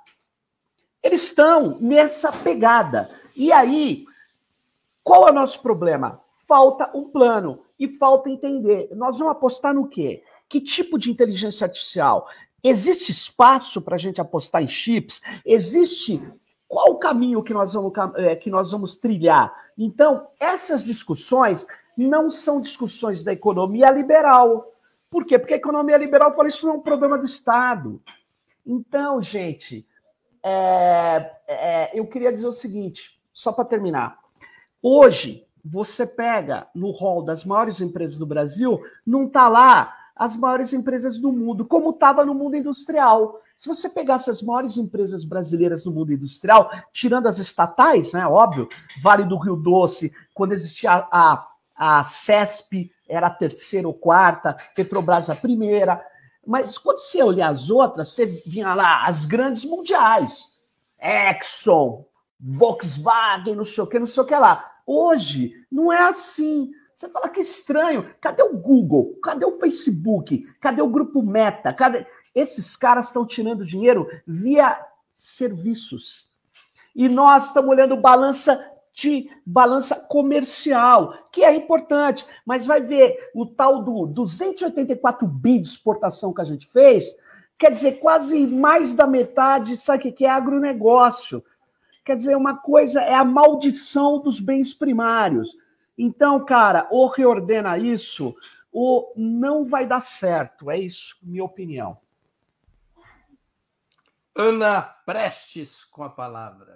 Eles estão nessa pegada. E aí, qual é o nosso problema? Falta um plano e falta entender. Nós vamos apostar no quê? Que tipo de inteligência artificial? Existe espaço para a gente apostar em chips? Existe... Qual o caminho que nós, vamos, que nós vamos trilhar? Então, essas discussões, não são discussões da economia liberal. Por quê? Porque a economia liberal fala isso não é um problema do Estado. Então, gente, é, é, eu queria dizer o seguinte, só para terminar. Hoje, você pega no hall das maiores empresas do Brasil, não está lá as maiores empresas do mundo, como estava no mundo industrial. Se você pegasse as maiores empresas brasileiras no mundo industrial, tirando as estatais, né, óbvio, Vale do Rio Doce, quando existia a, a CESP, era a terceira ou quarta, Petrobras a primeira, mas quando você olhar as outras, você vinha lá, as grandes mundiais, Exxon, Volkswagen, não sei o que, não sei o que lá. Hoje, não é assim. Você fala que estranho. Cadê o Google? Cadê o Facebook? Cadê o Grupo Meta? Cadê... Esses caras estão tirando dinheiro via serviços. E nós estamos olhando balança de balança comercial, que é importante, mas vai ver o tal do duzentos e oitenta e quatro bi de exportação que a gente fez, quer dizer, quase mais da metade, sabe o que é agronegócio? Quer dizer, uma coisa é a maldição dos bens primários. Então, cara, ou reordena isso, ou não vai dar certo. É isso, minha opinião. Ana Prestes com a palavra.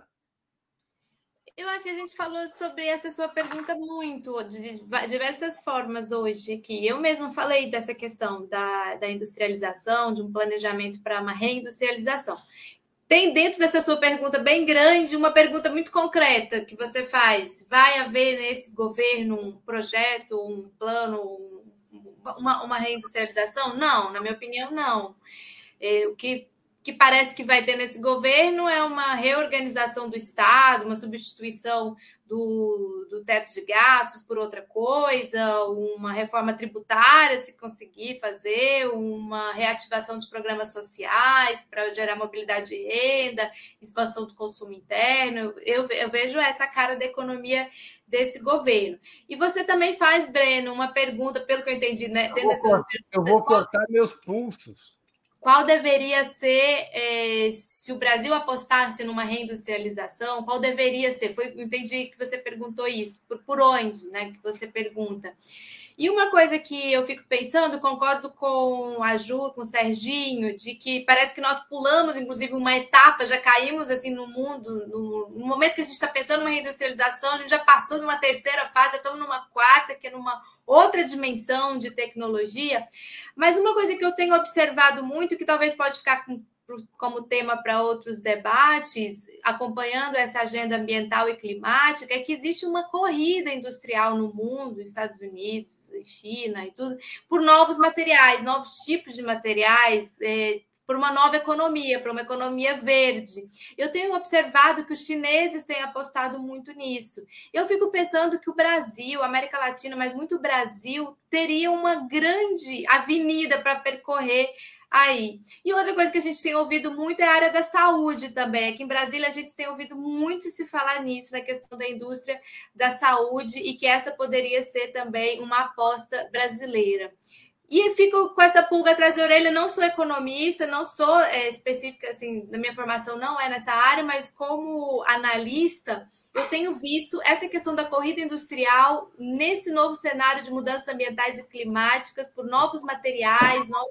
Eu acho que a gente falou sobre essa sua pergunta muito, de diversas formas hoje aqui. Eu mesma falei dessa questão da, da industrialização, de um planejamento para uma reindustrialização. Tem dentro dessa sua pergunta bem grande uma pergunta muito concreta que você faz. Vai haver nesse governo um projeto, um plano, uma, uma reindustrialização? Não, na minha opinião, não. É, o que que parece que vai ter nesse governo é uma reorganização do Estado, uma substituição do, do teto de gastos por outra coisa, uma reforma tributária, se conseguir fazer, uma reativação de programas sociais para gerar mobilidade de renda, expansão do consumo interno. Eu, eu vejo essa cara da economia desse governo. E você também faz, Breno, uma pergunta, pelo que eu entendi, né? Eu vou, cortar, eu vou cortar meus pulsos. Qual deveria ser, é, se o Brasil apostasse numa reindustrialização, qual deveria ser? Foi, entendi que você perguntou isso. Por, por onde, né, que você pergunta. E uma coisa que eu fico pensando, concordo com a Ju, com o Serginho, de que parece que nós pulamos, inclusive, uma etapa, já caímos assim no mundo, no, no momento que a gente está pensando numa reindustrialização, a gente já passou numa terceira fase, já estamos numa quarta, que é numa outra dimensão de tecnologia. Mas uma coisa que eu tenho observado muito, que talvez pode ficar com, como tema para outros debates, acompanhando essa agenda ambiental e climática, é que existe uma corrida industrial no mundo, nos Estados Unidos, China e tudo, por novos materiais, novos tipos de materiais, é, por uma nova economia, para uma economia verde. Eu tenho observado que os chineses têm apostado muito nisso. Eu fico pensando que o Brasil, a América Latina, mas muito o Brasil, teria uma grande avenida para percorrer aí. E outra coisa que a gente tem ouvido muito é a área da saúde também. Aqui em Brasília a gente tem ouvido muito se falar nisso, na questão da indústria da saúde, e que essa poderia ser também uma aposta brasileira. E fico com essa pulga atrás da orelha. Não sou economista, não sou é, específica, assim, da minha formação não é nessa área, mas como analista, eu tenho visto essa questão da corrida industrial nesse novo cenário de mudanças ambientais e climáticas, por novos materiais, novos,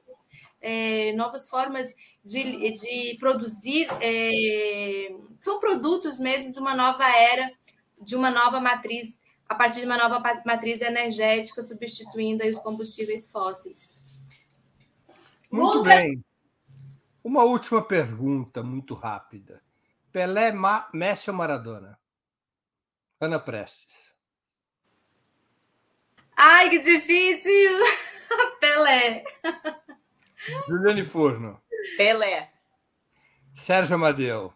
é, novas formas de, de produzir. É, são produtos mesmo de uma nova era, de uma nova matriz, a partir de uma nova matriz energética, substituindo aí os combustíveis fósseis. Muito bem. Uma última pergunta, muito rápida. Pelé, Messi ou Maradona? Ana Prestes. Ai, que difícil! Pelé. Juliane Furno. Pelé. Sérgio Amadeu.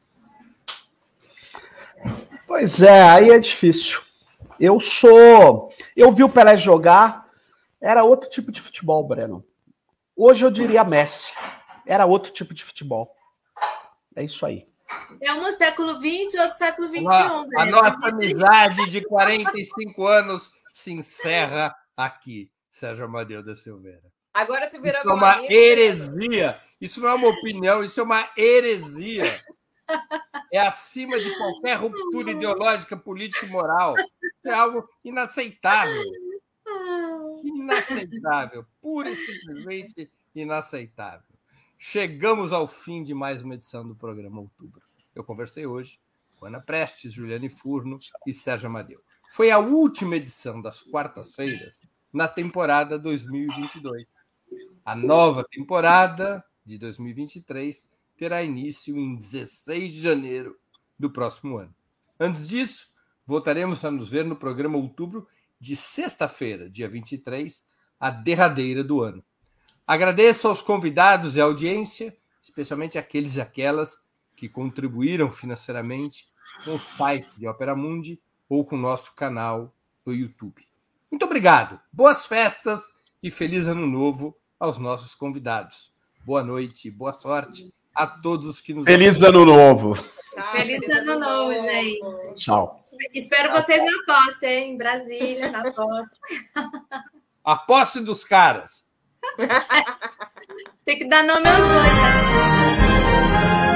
Pois é, aí é difícil. Eu sou... Eu vi o Pelé jogar, era outro tipo de futebol, Breno. Hoje eu diria Messi. Era outro tipo de futebol. É isso aí. É um século vinte, outro século vinte e um. A, a nossa amizade de quarenta e cinco anos se encerra aqui, Sérgio Amadeu da Silveira. Agora tu virou isso é uma amigo, heresia. Né? Isso não é uma opinião, isso é uma heresia. É acima de qualquer ruptura ideológica, política e moral. É algo inaceitável. Inaceitável. Pura e simplesmente inaceitável. Chegamos ao fim de mais uma edição do programa Outubro. Eu conversei hoje com Ana Prestes, Juliane Furno e Sérgio Amadeu. Foi a última edição das quartas-feiras na temporada dois mil e vinte e dois. A nova temporada de dois mil e vinte e três terá início em dezesseis de janeiro do próximo ano. Antes disso, voltaremos a nos ver no programa Outubro de sexta-feira, dia vinte e três, a derradeira do ano. Agradeço aos convidados e à audiência, especialmente aqueles e aquelas que contribuíram financeiramente com o site de Opera Mundi ou com o nosso canal no YouTube. Muito obrigado, boas festas e feliz ano novo aos nossos convidados. Boa noite, boa sorte a todos os que nos... Feliz ano novo! Ah, feliz, feliz ano, ano novo, novo, gente! Tchau! Espero Tchau. Vocês na posse, hein? Em Brasília, na posse. A posse dos caras! Tem que dar nome aos dois, né?